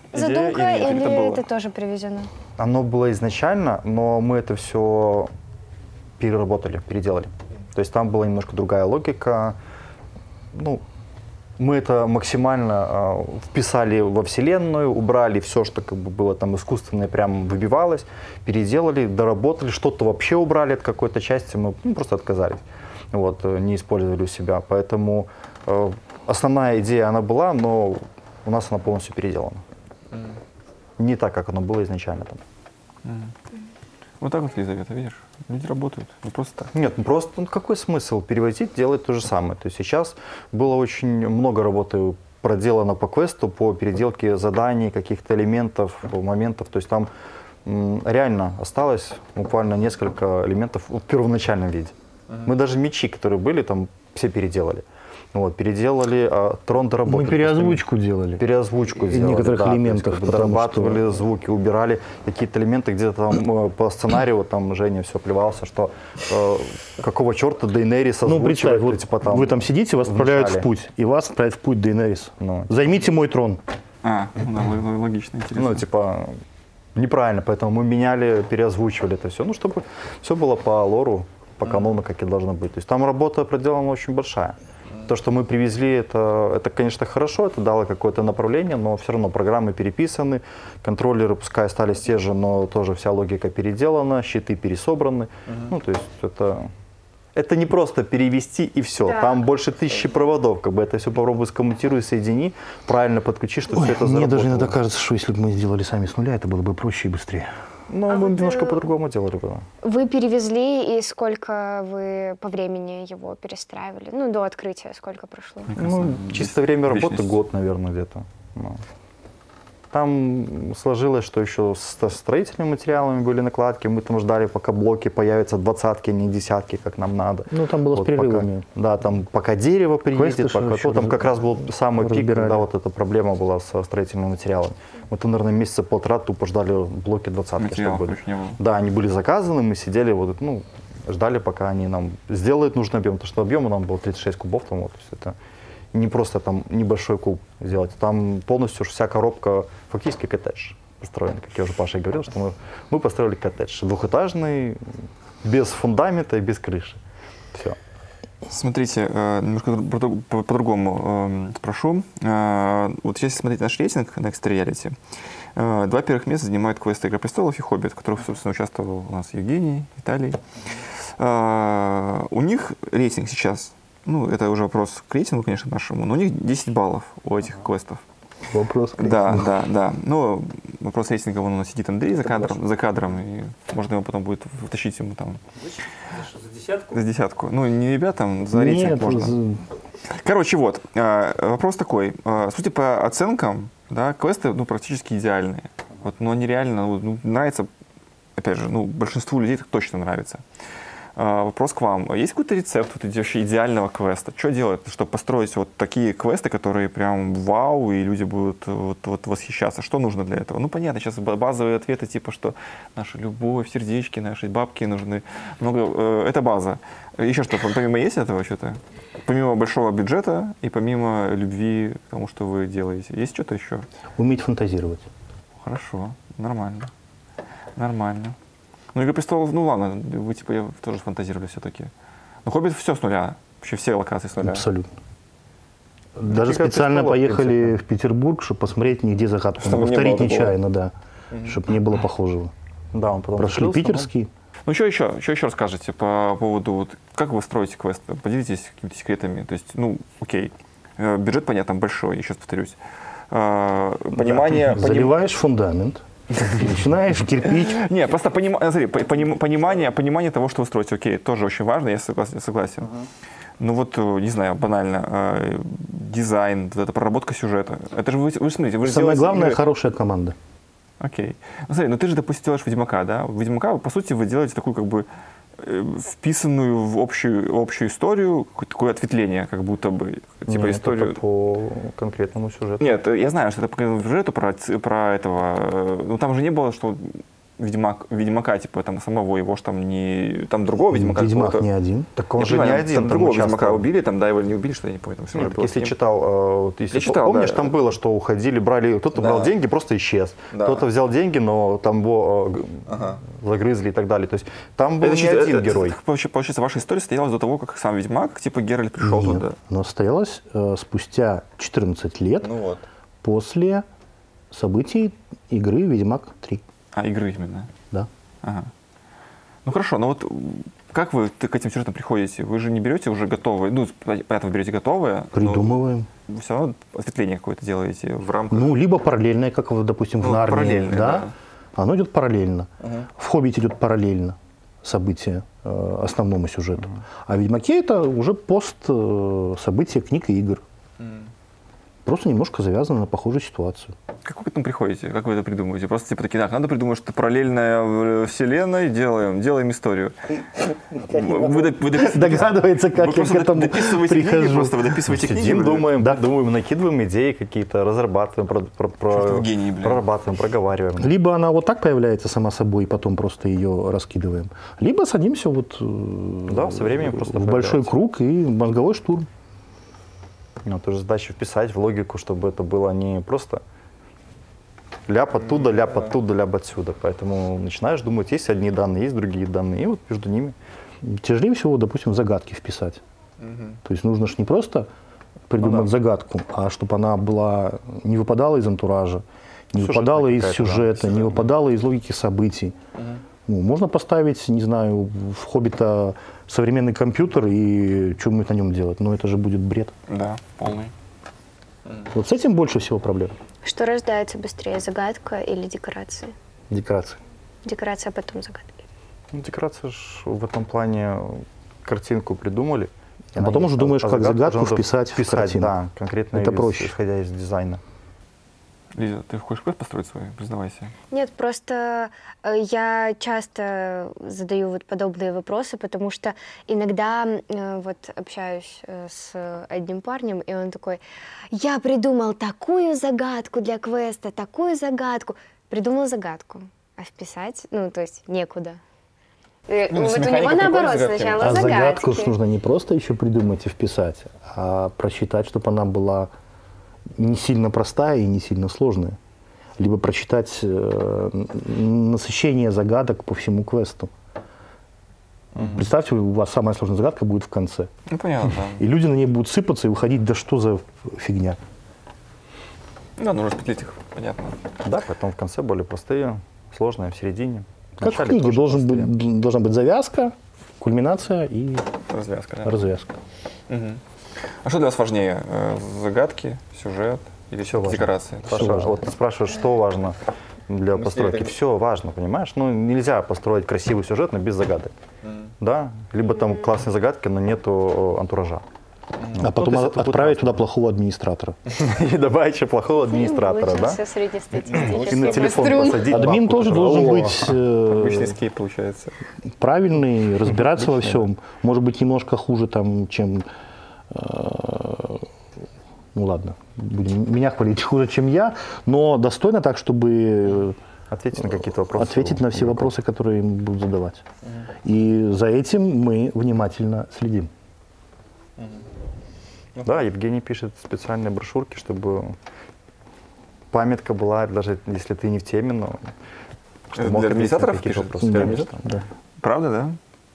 S2: задумка
S1: или,
S2: или
S1: это, было?
S2: это тоже привезено?
S4: Оно было изначально, но мы это все переработали, переделали. То есть там была немножко другая логика. Ну, мы это максимально э, вписали во вселенную, убрали все, что как бы было там искусственное, прям выбивалось, переделали, доработали, что-то вообще убрали от какой-то части, мы ну, просто отказались, вот, не использовали у себя. Поэтому э, основная идея она была, но у нас она полностью переделана. Mm. Не так, как оно было изначально там.
S1: Mm. Вот так вот, Елизавета, видишь, люди работают, не просто так.
S4: Нет, ну просто ну, какой смысл перевозить, делать то же самое. То есть сейчас было очень много работы проделано по квесту, по переделке заданий, каких-то элементов, моментов. То есть там м, реально осталось буквально несколько элементов в первоначальном виде. Uh-huh. Мы даже мечи, которые были, там все переделали. Вот, переделали, а трон доработали.
S3: Мы переозвучку делали.
S4: Переозвучку делали,
S3: некоторых
S4: да,
S3: элементов.
S4: Есть, как бы, дорабатывали что... звуки, убирали какие-то элементы, где-то там по сценарию, там Женя все плевался, что э, какого черта Дейнерис озвучивает.
S3: Ну, представь, вот
S4: типа, там,
S3: вы там сидите, вас отправляют в путь, и вас отправляют в путь Дейнерис. Ну, Займите мой трон.
S1: А, ну да, логично, интересно.
S4: Ну, типа, неправильно, поэтому мы меняли, переозвучивали это все, ну, чтобы все было по лору, по канону, как и должно быть. То есть там работа проделана очень большая. То, что мы привезли, это, это, конечно, хорошо, это дало какое-то направление, но все равно программы переписаны, контроллеры пускай остались те же, но тоже вся логика переделана, щиты пересобраны. Uh-huh. Ну, то есть это, это не просто перевести и все. Да. Там больше тысячи проводов, как бы это все попробуй скоммутируй, соедини, правильно подключи, чтобы
S3: Ой,
S4: все это
S3: мне
S4: заработало.
S3: даже иногда кажется, что если бы мы сделали сами с нуля, это было бы проще и быстрее.
S4: Ну, а мы вот немножко по-другому делали бы.
S2: Вы перевезли, и сколько вы по времени его перестраивали? Ну, до открытия сколько прошло?
S4: Ну, чисто время работы год, наверное, где-то. Ну. Там сложилось, что еще со строительными материалами были накладки, мы там ждали, пока блоки появятся двадцатки, не десятки, как нам надо.
S3: Ну, там было вот с перерывами.
S4: Пока, да, там пока дерево приедет, пока то, там как раз был самый разбирали. Пик, когда вот эта проблема была со строительными материалами. Мы там, наверное, месяца полтора тупо ждали блоки двадцатки, чтобы были. Да, они были заказаны, мы сидели, вот, ну, ждали, пока они нам сделают нужный объем, потому что объем у нас был тридцать шесть кубов, там, вот, то есть это не просто там небольшой куб сделать, там полностью вся коробка, фактически коттедж построен, как я уже Паше говорил, что мы, мы построили коттедж двухэтажный, без фундамента и без крыши. Все.
S1: Смотрите, немножко по-другому спрошу. Вот если смотреть наш рейтинг на Extra Reality, два первых места занимают квесты «Игра престолов» и «Хоббит», в которых, собственно, участвовал у нас Евгений, Виталий. У них рейтинг сейчас, ну, это уже вопрос к рейтингу, конечно, нашему, но у них десять баллов у этих квестов.
S3: Вопрос к
S1: Да, да, да. Ну, вопрос рейтинга, вон у нас сидит Андрей за кадром, за кадром, и можно его потом будет втащить ему там.
S5: За десятку?
S1: За десятку. Ну, не ребятам, за рейтинг
S3: Нет,
S1: можно.
S3: За...
S1: Короче, вот, вопрос такой. Судя по оценкам, да, квесты, ну, практически идеальные. Вот, но они реально, ну, нравятся, опять же, ну, большинству людей это точно нравится. Вопрос к вам. Есть какой-то рецепт вот, вообще идеального квеста? Что делать, чтобы построить вот такие квесты, которые прям вау, и люди будут вот, вот восхищаться? Что нужно для этого? Ну, понятно, сейчас базовые ответы, типа, что наша любовь, сердечки, наши бабки нужны. Много, э, это база. Еще что, помимо есть этого что-то? Помимо большого бюджета и помимо любви к тому, что вы делаете, есть что-то еще?
S3: Уметь фантазировать.
S1: Хорошо, нормально. Нормально. Ну, «Игра престолов», ну ладно, вы типа тоже фантазировали все-таки. Но «Хоббит» все с нуля, вообще все локации с нуля.
S3: Абсолютно. Даже «Игра специально престолов», поехали в, в Петербург, чтобы посмотреть нигде загадку. Чтобы повторить нечаянно, да. Mm-hmm. Чтобы не было похожего.
S4: Да, он потом
S3: прошли питерский.
S1: Но... Ну, что еще, что еще расскажете по поводу, вот, как вы строите квест? Поделитесь какими-то секретами. То есть, ну, окей, бюджет, понятно, большой, еще раз повторюсь. Понимание...
S3: Да. Заливаешь фундамент. Начинаешь кирпич.
S1: Не, просто поним... Смотри, понимание, понимание того, что вы строите, окей, тоже очень важно, я согласен. согласен. Uh-huh. Ну вот, не знаю, банально, э, дизайн, вот эта проработка сюжета. Это же вы, вы смотрите, вы же
S3: Самое
S1: делаете...
S3: главное, хорошая команда.
S1: Окей. Ну смотри, ну ты же, допустим, делаешь Ведьмака, да? Ведьмака, по сути, вы делаете такую как бы вписанную в общую, общую историю, такое ответвление, как будто бы, типа
S4: Нет,
S1: историю...
S4: это по конкретному сюжету.
S1: Нет, я знаю, что это по сюжету про, про этого, ну там же не было, что Ведьмак, Ведьмака, типа, там, самого его ж там не... Там другого Ведьмака.
S3: Ведьмак не один.
S4: Так он
S1: Я
S4: же
S1: понимаю,
S4: не
S1: там-
S4: один.
S1: Там
S4: там
S1: другого
S4: участвовал.
S1: Ведьмака убили, там, да, его не убили, что я не помню. Там все
S4: Нет,
S1: уже
S4: так
S1: было
S4: если
S1: с ним.
S4: читал, э, вот если
S1: Я читал,
S4: помнишь,
S1: да.
S4: там было, что уходили, брали, кто-то
S1: Да.
S4: брал деньги, просто исчез.
S1: Да.
S4: Кто-то взял деньги, но там его э, г-
S1: Ага.
S4: загрызли и так далее. То есть там был
S1: Это
S4: не
S1: чисто-
S4: один
S1: это-
S4: герой.
S1: это, получается, получается, ваша история состоялась до того, как сам Ведьмак, типа, Геральт пришел
S3: Нет,
S1: туда.
S3: но состоялось э, спустя четырнадцать лет
S1: Ну вот.
S3: после событий игры «Ведьмак три».
S1: А, игры именно.
S3: Да.
S1: Ага. Ну хорошо, но вот м, как вы к этим сюжетам приходите? Вы же не берете уже готовые, ну, понятно, вы берете готовые,
S3: Придумываем.
S1: но все равно осветление какое-то делаете в рамках...
S3: Ну, либо параллельное, как, вот, допустим, в
S1: Ну,
S3: Нарнии.
S1: параллельное,
S3: Да?
S1: да.
S3: Оно идет параллельно.
S1: Мгм.
S3: В «Хоббите» идет параллельно события э, основному сюжету. А в «Ведьмаке» это уже пост э, события книг и игр.
S1: М.
S3: Просто немножко завязано на похожую ситуацию.
S1: Как вы к этому приходите? Как вы это придумываете? Просто типа такие, так, надо придумать, что параллельная э, вселенная, делаем, делаем историю. Вы, доп- вы допис-
S3: Догадывается,
S1: вы
S3: как я
S1: просто
S3: к этому
S1: дописываете книги,
S3: прихожу.
S1: просто вы дописываете книги.
S4: Сидим,
S1: блин.
S4: думаем, думаем, накидываем идеи какие-то, разрабатываем, про, про- про-
S1: Что ж вы гений, блин.
S4: прорабатываем, проговариваем.
S3: Либо она вот так появляется сама собой, и потом просто ее раскидываем. Либо садимся вот э,
S4: Да, со временем просто
S3: в большой
S4: появляется.
S3: круг и мозговой штурм.
S4: Ну, тоже задача вписать в логику, чтобы это было не просто ляп оттуда, ляп оттуда, ляп отсюда. Поэтому начинаешь думать, есть одни данные, есть другие данные, и вот между ними.
S3: Тяжелее всего, допустим, загадки вписать. То есть нужно же не просто придумать
S4: Ну да.
S3: загадку, а чтобы она была не выпадала из антуража, не
S4: Сюжетная
S3: выпадала из
S4: какая-то, да,
S3: сюжета, не выпадала из логики событий. Ну, можно поставить, не знаю, в «Хоббита» современный компьютер и что-нибудь на нем делать, но это же будет бред.
S1: Да, полный.
S3: Вот с этим больше всего проблем.
S2: Что рождается быстрее, загадка или декорации?
S3: Декорации.
S2: Декорация, а потом загадки.
S4: Ну, декорация ж в этом плане картинку придумали.
S3: А потом уже думаешь, как загадку
S4: уже надо
S3: вписать в картину.
S4: Да, конкретно
S3: Это
S4: из-
S3: проще.
S4: исходя из дизайна.
S1: Лиза, ты хочешь квест построить свой? Признавайся.
S2: Нет, просто э, я часто задаю вот подобные вопросы, потому что иногда э, вот общаюсь э, с одним парнем, и он такой: я придумал такую загадку для квеста, такую загадку. Придумал загадку, а вписать, ну, то есть некуда. Э,
S1: Ну,
S2: вот
S1: с
S2: у
S1: механикой
S2: него
S1: прикольно
S2: наоборот,
S1: загадки.
S2: сначала
S3: А
S2: загадки.
S3: загадку ж нужно не просто еще придумать и вписать, а прочитать, чтобы она была не сильно простая и не сильно сложная. Либо прочитать э, н- насыщение загадок по всему квесту. Представьте, у вас самая сложная загадка будет в конце.
S1: Ну, понятно, да.
S3: И люди на ней будут сыпаться и выходить, да что за фигня.
S1: Да, нужно распределить их, понятно.
S4: Да, поэтому в конце более простые, сложные, в середине. В
S3: Как в
S4: начале
S3: книге
S4: тоже
S3: должен
S4: простые.
S3: быть, должна быть завязка, кульминация и
S1: Развязка, да.
S3: развязка.
S1: Мгм. А что для вас важнее? Э, Загадки, сюжет или
S4: Всё важно.
S1: декорации?
S4: Паша,
S3: важно.
S4: вот ты спрашиваешь, что важно для
S1: Мы
S4: постройки.
S1: сняли-
S4: Все важно, понимаешь? Ну, нельзя построить красивый сюжет, но без загадок. Да? Либо там классные загадки, но нету э, антуража.
S3: А потом
S4: то есть это будет
S3: отправить туда плохого администратора.
S4: И добавить еще плохого администратора, да?
S2: Получился
S4: И
S2: среднестатистический
S4: на телефон
S2: паструн.
S4: посадить.
S3: Админ
S4: бабку,
S3: тоже
S4: которая,
S3: должен
S4: «О,
S3: быть э,
S1: Обычный скейп получается.
S3: правильный, разбираться во всем. Может быть, немножко хуже, там, чем... э, ну ладно, будем меня хвалить хуже, чем я, но достойно так, чтобы
S4: Ответить на какие-то вопросы.
S3: ответить на все
S4: игроков.
S3: вопросы, которые им будут задавать. И за этим мы внимательно следим.
S4: Да, Евгений пишет специальные брошюрки, чтобы памятка была, даже если ты не в теме, но...
S1: Для
S4: мог ответить на
S1: администраторов
S4: какие-то
S1: пишет?
S4: вопросы,
S1: Да.
S4: конечно.
S3: Да.
S1: Правда, да?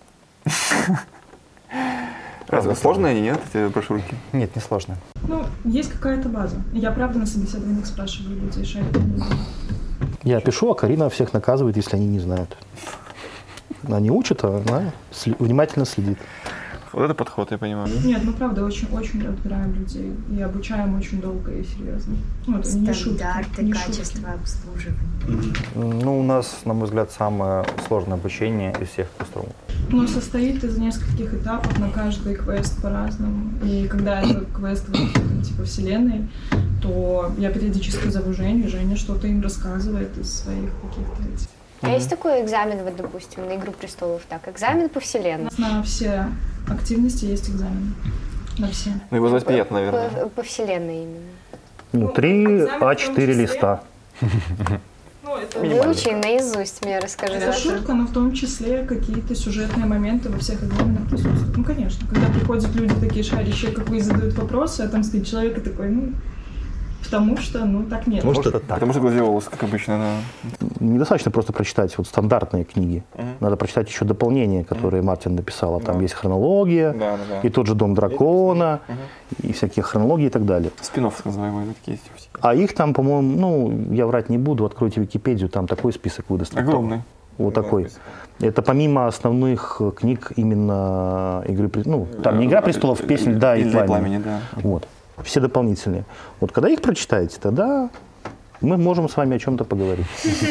S1: Разве сложные они, нет, эти брошюрки?
S4: Нет, не сложно.
S6: Ну, есть какая-то база. Я правда на собеседованиях спрашиваю людей, шарят они или нет.
S3: Я пишу, а Карина всех наказывает, если они не знают. Она не учит, а она сли- внимательно следит.
S1: Вот это подход, я понимаю.
S6: Нет, мы правда очень-очень отбираем людей и обучаем очень долго и серьезно. Ну, это не шутки,
S7: Стандарты
S6: не шутки.
S7: качества обслуживания.
S4: Ну, у нас, на мой взгляд, самое сложное обучение из всех квестов.
S6: Но состоит из нескольких этапов, на каждый квест по-разному. И когда это квест в какой-то, типа вселенной, то я периодически зову Женю, и Женя что-то им рассказывает из своих каких-то этих.
S2: А есть такой экзамен, вот, допустим, на «Игру престолов», так, экзамен по
S6: У
S2: вселенной.
S6: нас на все активности есть экзамен. На все.
S1: Ну, его звать приятно,
S2: По,
S1: наверное.
S2: по вселенной именно.
S3: Ну, три а четыре листа.
S6: Ну, это...
S2: Выучи наизусть, мне расскажи.
S6: Это шутка, но в том числе какие-то сюжетные моменты во всех экзаменах присутствуют. Ну, конечно, когда приходят люди такие шарящие, как вы, и задают вопросы, а там стоит человек и такой, ну, потому что, ну, так нет.
S4: Может, это так.
S1: Потому что гладиолус, как обычно, да.
S3: Недостаточно просто прочитать вот стандартные книги.
S1: Мгм.
S3: Надо прочитать еще дополнения, которые Мартин написала. Там
S1: Да.
S3: есть хронология,
S1: Да, да, да.
S3: и тот же «Дом дракона»,
S1: Мгм.
S3: и всякие хронологии и так далее.
S1: Спин-офф, так называемые, такие есть.
S3: А их там, по-моему, ну, я врать не буду, откройте Википедию, там такой список выдаст.
S1: Огромный.
S3: Вот такой. Это помимо основных э, книг именно «Игры престолов». Ну, там не «Игра престолов», «Песнь льда и
S1: «Льда и
S3: пламени».
S1: пламени», да.
S3: Вот. Все дополнительные. Вот когда их прочитаете, тогда мы можем с вами о чем-то поговорить.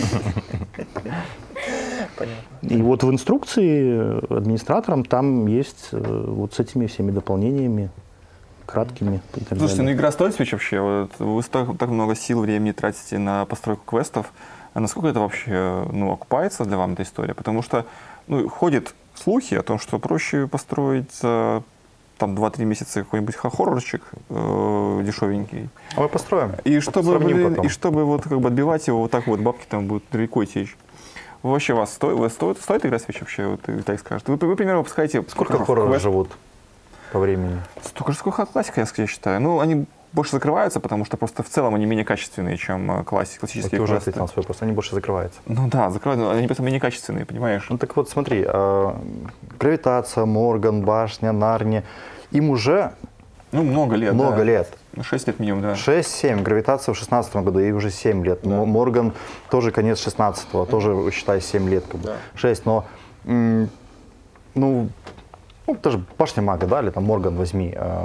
S3: И вот в инструкции администраторам там есть э, вот с этими всеми дополнениями, краткими и так
S1: Слушайте,
S3: далее.
S1: ну игра стоит свеч вообще? Вот вы так, так много сил, времени тратите на постройку квестов. А насколько это вообще, ну, окупается для вам эта история? Потому что, ну, ходят слухи о том, что проще построить за там два-три месяца какой-нибудь хоррорчик э, дешевенький.
S4: А мы построим.
S1: И чтобы,
S4: Сравним
S1: блин,
S4: потом.
S1: и чтобы вот как бы отбивать его вот так вот, бабки там будут рекой течь. Вообще вас стоит, вас стоит, стоит играть в свеч вообще, вот, так скажет? Вы, вы, примерно, выпускаете...
S4: Сколько
S1: в
S4: хорроров
S1: квест?
S4: живут по времени?
S1: Столько же, сколько классика, я, я считаю. Ну, они больше закрываются, потому что просто в целом они менее качественные, чем э, классик,
S4: Вот
S1: классические
S4: ты уже
S1: квесты.
S4: ответил на свой вопрос, они больше закрываются.
S1: Ну да, закрываются, но они просто менее качественные, понимаешь?
S4: Ну так вот смотри, э, гравитация, Морган, башня, Нарния, им уже
S1: Ну, много лет,
S4: много
S1: да.
S4: лет.
S1: Ну, шесть лет минимум, да.
S4: шесть-семь, гравитация в шестнадцатом году, ей уже семь лет. М- Морган тоже конец шестнадцатого, тоже, считай, семь лет, как бы.
S1: Да.
S4: шесть, но, м, ну, ну, даже башня мага, да, или там Морган возьми. э,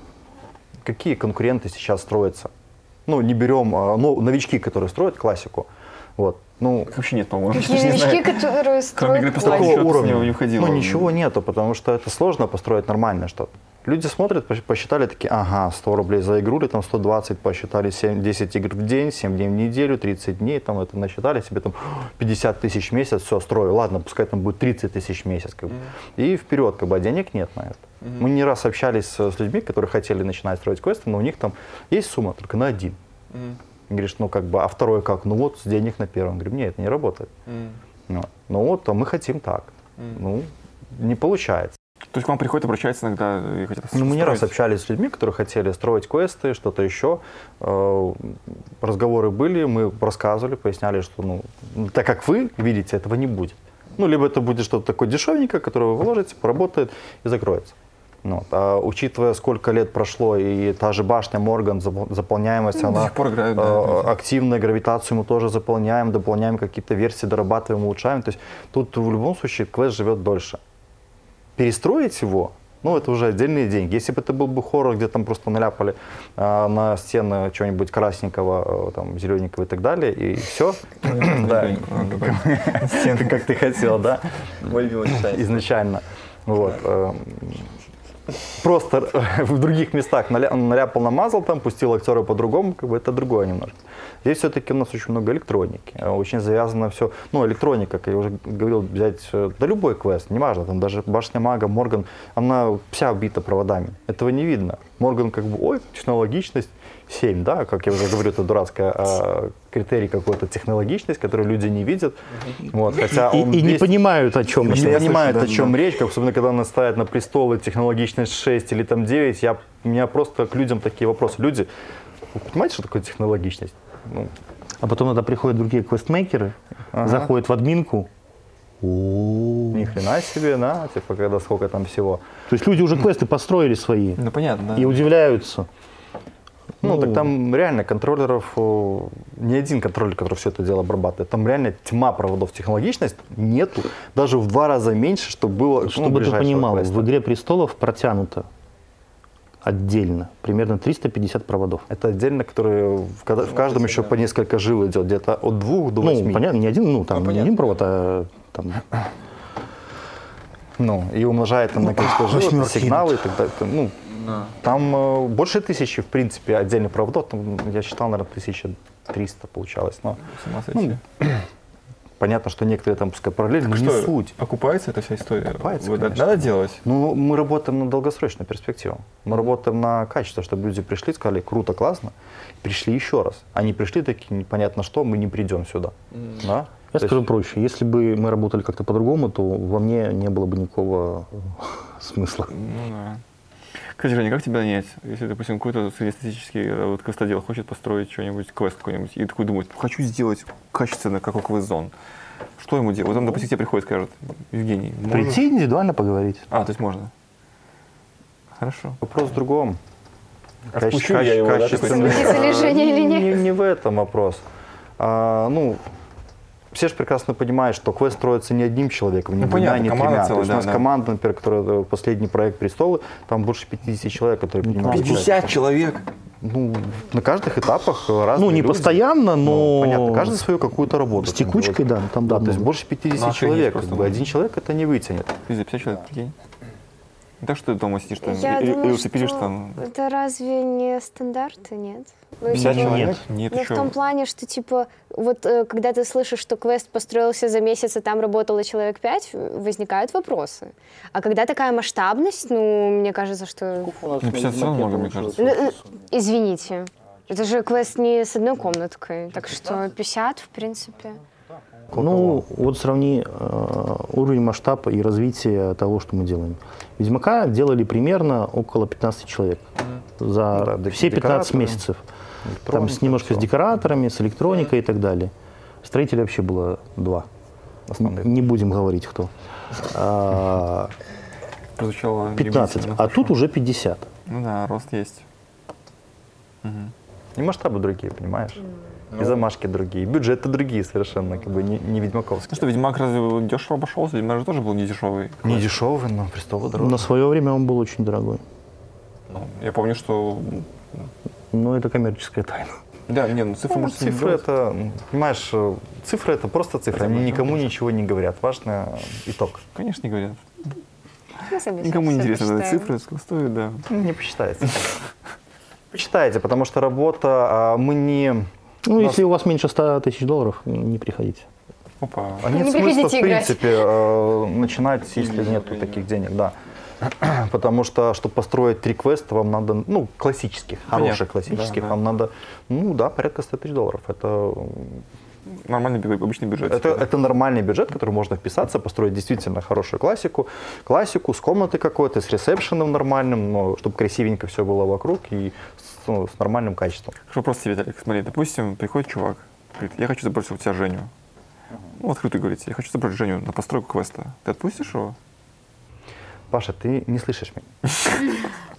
S4: какие конкуренты сейчас строятся? Ну, не берем, э, ну, новички, которые строят классику, вот, ну,
S1: Их вообще нет, по-моему.
S2: Такие
S1: Я не знаю.
S2: новички, которые
S1: Кроме
S2: строят
S1: «Игры престолов»
S2: классику.
S1: ничего
S4: такого
S1: с него
S4: уровня,
S1: не входило.
S4: ну, ничего нету, потому что это сложно построить нормальное что-то. Люди смотрят, пос- посчитали такие, ага, сто рублей за игру, или там сто двадцать, посчитали семь, десять игр в день, семь дней в неделю, тридцать дней, там это насчитали себе там пятьдесят тысяч в месяц, все, строю, ладно, пускай там будет тридцать тысяч в месяц, как бы. И вперед, как бы, а денег нет на это. Мы не раз общались с, с людьми, которые хотели начинать строить квесты, но у них там есть сумма только на один.
S1: Мгм.
S4: И говоришь, ну как бы, а второй как? Ну вот с денег на первом. Говорю, нет, это не работает.
S1: Мгм.
S4: Ну, ну вот, а мы хотим так. Ну, не получается.
S1: То есть к вам приходят, обращаются иногда и хотят
S4: Ну, мы не раз
S1: строить?
S4: общались с людьми, которые хотели строить квесты, что-то еще. Э, Разговоры были, мы рассказывали, поясняли, что, ну, ну, так как вы видите, этого не будет. Ну, либо это будет что-то такое дешевенькое, которое вы вложите, поработает и закроется. Ну, вот. А учитывая, сколько лет прошло, и та же башня Морган, зап- заполняемость,
S1: Ну, до
S4: она
S1: сих пор играют, да,
S4: э,
S1: люди.
S4: активная, гравитацию мы тоже заполняем, дополняем какие-то версии, дорабатываем, улучшаем. То есть тут в любом случае квест живет дольше. Перестроить его, ну, это уже отдельные деньги. Если бы это был бы хоррор, где там просто наляпали э, на стены чего-нибудь красненького, э, там, зелененького и так далее, и все. Да, как ты хотел, да? Изначально. Вот. э, Просто в других местах наля- наляпал, намазал, там, пустил актера по-другому, как бы это другое немножко. Здесь все-таки у нас очень много электроники, э, очень завязано все. Ну, электроника, как я уже говорил, взять, э, да любой квест, неважно, там даже башня мага, Морган, она вся обита проводами. Этого не видно. Морган как бы, ой, технологичность, семь, да, как я уже говорю, это дурацкая э, критерий какой-то технологичность, который люди не видят. Вот, хотя
S3: И,
S4: он
S3: и не
S4: весь-
S3: понимают, о чем
S4: не
S3: это.
S4: понимают,
S1: слышу,
S4: о
S1: да,
S4: чем
S1: да.
S4: речь, как, особенно когда нас ставят на престолы технологичность шесть или там девять, я, у меня просто к людям такие вопросы. Люди, вы понимаете, что такое технологичность? Ну,
S3: А потом туда приходят другие квестмейкеры,
S4: Ага.
S3: заходят в админку. О.
S4: ни хрена себе, да, типа, когда сколько там всего.
S3: То есть люди уже квесты построили свои
S1: Ну, понятно, да.
S3: и удивляются.
S4: Ну,
S3: Ну,
S4: так там реально контроллеров, о, не один контроллер, который все это дело обрабатывает, там реально тьма проводов, технологичность нету, даже в два раза меньше, чтобы было, ну,
S3: Чтобы ты
S4: ближайшего
S3: понимал,
S4: квеста.
S3: в «Игре престолов» протянуто отдельно примерно триста пятьдесят проводов.
S4: Это отдельно, которые в, када- в каждом еще по несколько жил идет, где-то от двух до восьми.
S3: Ну, понятно, не один, ну, там,
S1: Ну,
S3: не
S1: понятно.
S3: один провод, а там...
S4: Ну, и умножает там на количество жил, это
S3: восьмерки
S4: сигналы и так далее. Это, ну,
S1: Да.
S4: там э, больше тысячи, в принципе, отдельных проводов. Там, я считал, наверное, тысяча триста получалось. Но
S1: С ума сойти.
S4: Ну, понятно, что некоторые там пускай параллели, но не
S1: что,
S4: суть.
S1: окупается эта вся история?
S4: Окупается,
S1: Вот,
S4: конечно.
S1: надо делать?
S4: Ну, мы работаем на долгосрочную перспективу. Мы работаем на качество, чтобы люди пришли, сказали, круто, классно, пришли еще раз. Они пришли такие, непонятно что, мы не придем сюда. Mm. Да?
S3: Я
S4: То
S3: скажу
S4: есть...
S3: проще. Если бы мы работали как-то по-другому, то во мне не было бы никакого смысла.
S1: Ну да. Кстати, Женя, как тебя нанять? Если, допустим, какой-то среднестатистический вот, квестодел хочет построить что-нибудь, квест какой-нибудь, и такой думает, хочу сделать качественно, как у квест-зон. Что ему делать? Вот он, допустим, к тебе приходит, скажет, Евгений, можешь?
S3: Прийти индивидуально поговорить.
S1: А, то есть можно. Хорошо.
S4: Вопрос в другом.
S1: Отпущу я его, да,
S4: качественно.
S2: Согласится ли Женя или нет?
S4: Не, не в этом вопрос. А, ну, все же прекрасно понимают, что квест строится не одним человеком, не
S1: ну,
S4: двумя,
S1: понятно,
S4: не
S1: команда
S4: тремя.
S1: целая,
S4: То есть
S1: да,
S4: у нас
S1: да.
S4: команда, например, которая последний проект «Престолы», там больше пятьдесят человек, которые принимают
S1: пятьдесят
S4: участие.
S1: человек?
S4: Ну, на каждых этапах разные
S3: Ну, не
S4: люди.
S3: постоянно, но...
S4: Ну, понятно, каждый свою какую-то работу.
S3: С текучкой, да, там, да.
S4: Да, то есть
S3: ну,
S4: больше пятидесяти
S1: Наши
S4: человек.
S1: есть
S4: Как
S1: просто.
S4: бы, один человек это не вытянет.
S1: Пиздец, пятьдесят человек, прикинь. Не так, что ты дома сидишь, там,
S2: Я
S1: или,
S2: думаю,
S1: или ты пилишь
S2: что
S1: там.
S2: это разве не стандарты, нет? Ну,
S1: пятьдесят
S2: типа,
S1: человек? Нет,
S2: Ну,
S1: ты
S2: в
S1: чё?
S2: том плане, что, типа, вот э, когда ты слышишь, что квест построился за месяц, а там работало человек пять, возникают вопросы. А когда такая масштабность, ну, мне кажется, что...
S1: Ну, пятьдесят все равно много, мне кажется.
S2: Ну, э, извините, это же квест не с одной комнаткой, так что пятьдесят, в принципе...
S3: Ну, вот сравни э, уровень масштаба и развития того, что мы делаем. Ведьмака делали примерно около пятнадцати человек за
S4: Да,
S3: все пятнадцать
S4: декораторы,
S3: месяцев. Там
S4: электроника,
S3: с, немножко
S4: всё.
S3: с декораторами, с электроникой и так далее. Строителей вообще было два.
S4: Основных.
S3: Не будем говорить, кто. А,
S1: Прозвучало
S3: пятнадцать,
S1: неубедительно,
S3: а
S1: хорошо.
S3: тут уже пятьдесят.
S1: Ну да, рост есть. Мгм.
S4: И масштабы другие, понимаешь? И замашки другие, и бюджеты другие совершенно, как бы не, не
S1: Ну
S4: ведьмаковские.
S1: что, Ведьмак разве дешево обошелся? Ведьмак же тоже был не дешевый.
S4: Не дешевый, но престолы дороже.
S3: На свое время он был очень дорогой.
S1: Ну, я помню, что...
S3: Но это коммерческая тайна.
S1: Да, не, ну цифры
S4: Ну,
S1: может
S4: цифры это, ну, понимаешь, э, цифры это просто цифры, они никому ничего не говорят. Важно итог.
S1: Конечно, не говорят.
S2: Мы сами
S1: Никому не
S2: всё
S1: интересно, эта
S2: посчитаем.
S1: цифра, сколько стоит, да.
S4: Ну, Не посчитайте. Почитайте, потому что работа, а, мы не...
S3: Ну,
S4: У нас-
S3: если у вас меньше ста тысяч долларов, не приходите.
S1: Опа.
S4: А нет
S2: Не
S4: смысла, в
S2: приходите играть.
S4: принципе, э, начинать, если нет таких денег, да. Потому что, чтобы построить три квеста, вам надо, ну, классических,
S1: Понятно.
S4: хороших классических,
S1: Да, да.
S4: вам надо, ну, да, порядка ста тысяч долларов. Это,
S1: Нормальный бю- обычный бюджет.
S4: это, это нормальный бюджет, в который можно вписаться, построить действительно хорошую классику, классику с комнатой какой-то, с ресепшеном нормальным, но чтобы красивенько все было вокруг и с, ну, с нормальным качеством.
S1: Хорошо, просто тебе, Виталик, смотри, допустим, приходит чувак, говорит, я хочу забрать у тебя Женю. Ну, открыто говорите, я хочу забрать Женю на постройку квеста. Ты отпустишь его?
S4: Паша, ты не слышишь меня.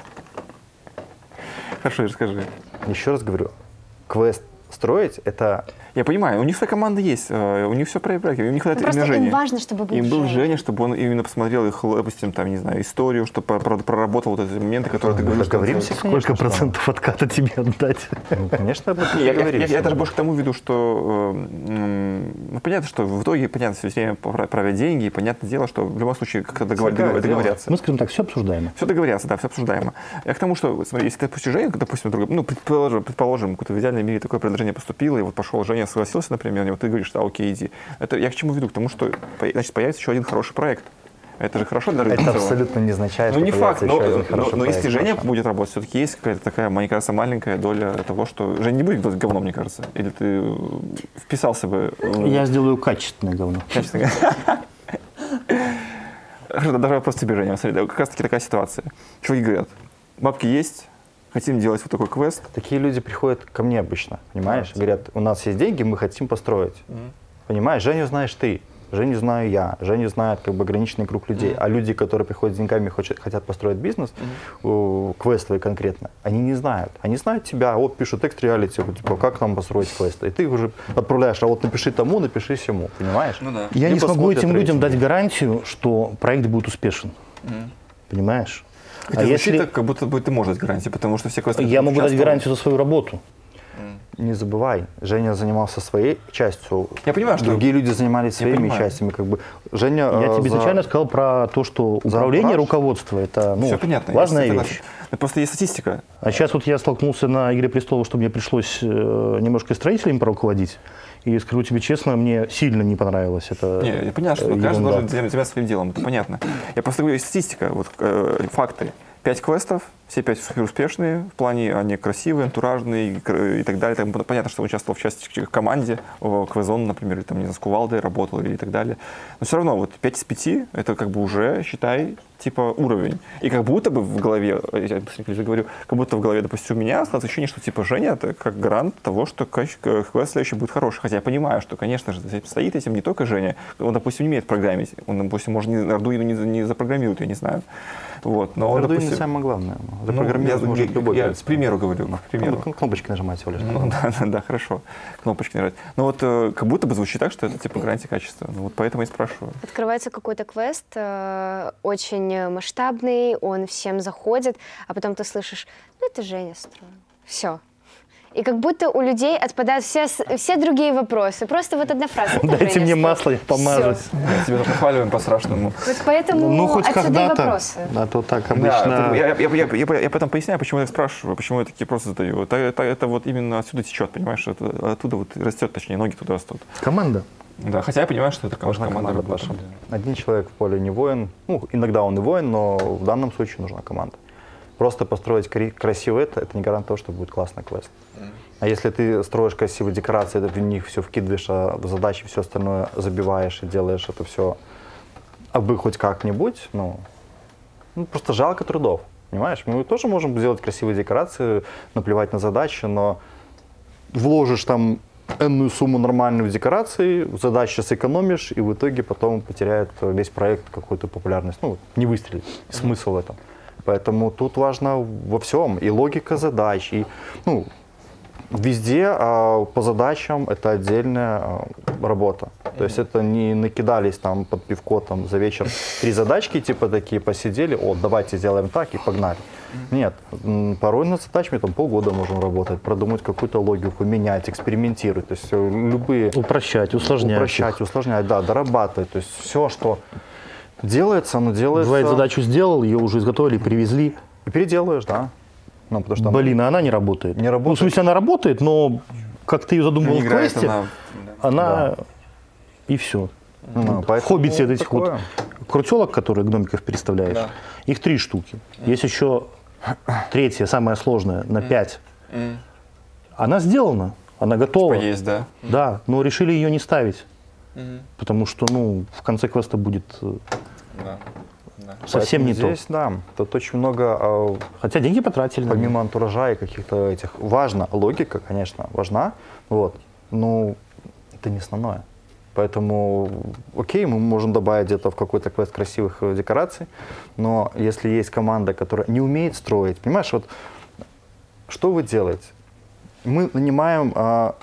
S1: Хорошо, расскажи.
S4: Еще раз говорю, квест строить — это...
S1: Я понимаю, у них своя команда есть, э, у них все проект, им не хватает
S2: Ну,
S1: именно
S2: просто
S1: Жени.
S2: им важно, чтобы был
S1: Им был
S2: Женя.
S1: Женя, чтобы он именно посмотрел их, допустим, там, не знаю, историю, чтобы про- про- проработал вот эти моменты, которые ты говоришь. что
S4: договоримся,
S1: делать.
S4: конечно,
S3: Сколько
S4: что-
S3: процентов отката тебе отдать?
S4: Ну, конечно, об этом
S1: Не, я, я-
S4: договоримся.
S1: я- я даже больше к тому веду, что э, м, ну, понятно, что в итоге, понятно, все время пора- правят деньги, и понятное дело, что в любом случае как-то договор-
S4: Всякое
S1: договор-
S4: дело.
S1: договорятся.
S3: Мы, скажем так, все обсуждаемо.
S1: Все договорятся, да, все обсуждаемо. Я к тому, что, смотри, если ты отпустишь Женю, допустим, друг- ну, предположим, предположим, какое-то в идеальном мире такое предложение поступило, и вот пошел Женя, согласился, например, и вот ты говоришь, что окей, иди. Это я к чему веду? К тому, что по- значит, появится еще один хороший проект. Это же хорошо для рынка
S4: Это
S1: в целом.
S4: абсолютно не означает,
S1: Ну,
S4: что
S1: не факт,
S4: появится
S1: но,
S4: еще один
S1: но-
S4: хороший
S1: но если
S4: проект,
S1: Женя
S4: Паша.
S1: будет работать, все-таки есть какая-то такая, мне кажется, маленькая доля того, что... Женя не будет делать говно, мне кажется. Или ты э, вписался бы... в-
S3: Я сделаю качественное говно.
S1: Качественно. Хорошо, даже вопрос тебе, Женя. Смотри, да, как раз таки такая ситуация. Чуваки говорят, бабки есть, хотим делать вот такой квест.
S4: Такие люди приходят ко мне обычно, понимаешь? Говорят, у нас есть деньги, мы хотим построить. Понимаешь, Женю знаешь ты, Женю знаю я, Женю знает как бы ограниченный круг людей. А люди, которые приходят с деньгами и хочет- хотят построить бизнес, э, квестовый конкретно, они не знают. Они знают тебя, вот пишут текст реалити, вот, типа, как нам построить квест. И ты их уже отправляешь, а вот напиши тому, напиши сему, понимаешь?
S1: Ну да.
S3: Я не
S4: Либо
S3: смогу
S4: смотрят
S3: этим людям
S4: рейтинги.
S3: дать гарантию, что проект будет успешен. Понимаешь?
S1: Это
S3: А
S1: звучит
S3: если-
S1: так, как будто бы ты можешь дать гарантию, потому что все квесты...
S3: Я могу дать
S1: участвовали.
S3: гарантию за свою работу.
S4: не забывай, Женя занимался своей частью.
S1: Я понимаю, что...
S4: Другие люди занимались своими
S1: понимаю.
S4: частями. Как бы. Женя,
S3: Я
S4: э,
S3: тебе
S4: за...
S3: изначально сказал про то, что управление, руководство – это ну,
S1: Все понятно.
S3: важная
S1: я
S3: вещь.
S1: Это просто есть статистика.
S3: А сейчас вот я столкнулся на «Игре престолов», что мне пришлось э, немножко строителями поруководить. И скажу тебе честно, мне сильно не понравилось это.
S1: Не, я понимаю, что
S3: ерунда.
S1: каждый должен заниматься своим делом, это понятно. Я просто говорю, статистика, вот э, факты. Пять квестов, все пять успешные, в плане они красивые, антуражные и, и так далее. Там, понятно, что он участвовал в части в команде, в Квезон, например, или там, не знаю, с Кувалдой работал и так далее. Но все равно вот пять из пяти это как бы уже, считай, типа уровень. И как будто бы в голове, я быстренько говорю, как будто в голове, допустим, у меня осталось ощущение, что типа Женя это как гарант того, что квест следующий будет хороший. Хотя я понимаю, что, конечно же, стоит этим не только Женя, он, допустим, не умеет программить, он, допустим, может, Arduino не, не запрограммирует, я не знаю. Вот, но он,
S4: Arduino
S1: допустим,
S4: не самое главное.
S1: ну,
S4: Запрограммировать
S1: я,
S4: может
S1: я,
S4: любой.
S1: я с примеру говорю, к примеру.
S4: Ну, кнопочки нажимать всего лишь.
S1: Ну, да, да, да, хорошо. Кнопочки нажать. Ну вот э, как будто бы звучит так, что это типа гарантия качества. Ну вот поэтому и спрашиваю.
S2: Открывается какой-то квест, э, очень масштабный, он всем заходит, а потом ты слышишь, ну это Женя строил. Все. И как будто у людей отпадают все, все другие вопросы. Просто вот одна фраза. Это
S3: Дайте
S2: Женя
S3: мне
S2: строил.
S3: масло помазать.
S1: Я тебя нахваливаем по-страшному.
S2: Вот поэтому
S3: Ну, хоть
S2: отсюда и
S3: когда-то.
S2: вопросы.
S3: А то так
S1: Да,
S3: обычно.
S1: я, я, я, я, я потом поясняю, почему я спрашиваю, почему я такие вопросы задаю. Это, это, это вот именно отсюда течет, понимаешь? Это, оттуда вот растет, точнее, ноги туда растут.
S3: Команда.
S1: Да, хотя я понимаю, что это
S4: Нужна
S1: команда,
S4: команда
S1: работает.
S4: Паша. Один человек в поле не воин. Ну, иногда он и воин, но в данном случае нужна команда. Просто построить кри- красиво это, это не гарант того, что будет классный квест. А если ты строишь красивые декорации, ты в них все вкидываешь, а в задачи все остальное забиваешь и делаешь это все абы хоть как-нибудь, ну, ну, просто жалко трудов, понимаешь? Мы тоже можем сделать красивые декорации, наплевать на задачи, но вложишь там энную сумму нормальную в декорации, задачи сэкономишь, и в итоге потом потеряет весь проект какую-то популярность, ну, не выстрелит. Смысл в этом. Поэтому тут важно во всем, и логика задач, и, ну, везде а, по задачам это отдельная а, работа. То есть это не накидались там под пивко там за вечер три задачки, типа такие посидели, о, давайте сделаем так и погнали. Нет, м, порой над задачами там полгода можем работать, продумать какую-то логику, менять, экспериментировать. То есть э, любые...
S3: Упрощать, усложнять.
S4: Упрощать, усложнять, да, дорабатывать. То есть все, что делается, оно делается...
S3: Бывает, задачу сделал, ее уже изготовили, привезли.
S4: И переделаешь, да. Ну, потому что
S3: Блин, а она не работает.
S4: Не работает.
S3: Ну, в смысле, она работает, но как ты ее задумывал
S1: Не
S3: в
S1: играет
S3: квесте,
S1: она.
S3: она и все.
S4: Ну,
S3: В
S4: поэтому
S3: «Хоббите» этих вот
S4: такое.
S3: крутелок, которые гномиков переставляешь,
S1: Да.
S3: их три штуки. Есть еще третья, самая сложная, на пять. Она сделана, она готова.
S1: Типа есть, да?
S3: Да, но решили ее не ставить. Потому что, ну, в конце квеста будет э,
S1: Да. Да.
S3: совсем
S4: Поэтому
S3: не
S4: здесь, да, тут очень много, а,
S3: то. Хотя деньги потратили.
S4: помимо антуража и каких-то этих, важно, логика, конечно, важна, вот, но это не основное. Поэтому, окей, мы можем добавить где-то в какой-то квест красивых э, декораций, но если есть команда, которая не умеет строить, понимаешь, вот, что вы делаете? Мы нанимаем а,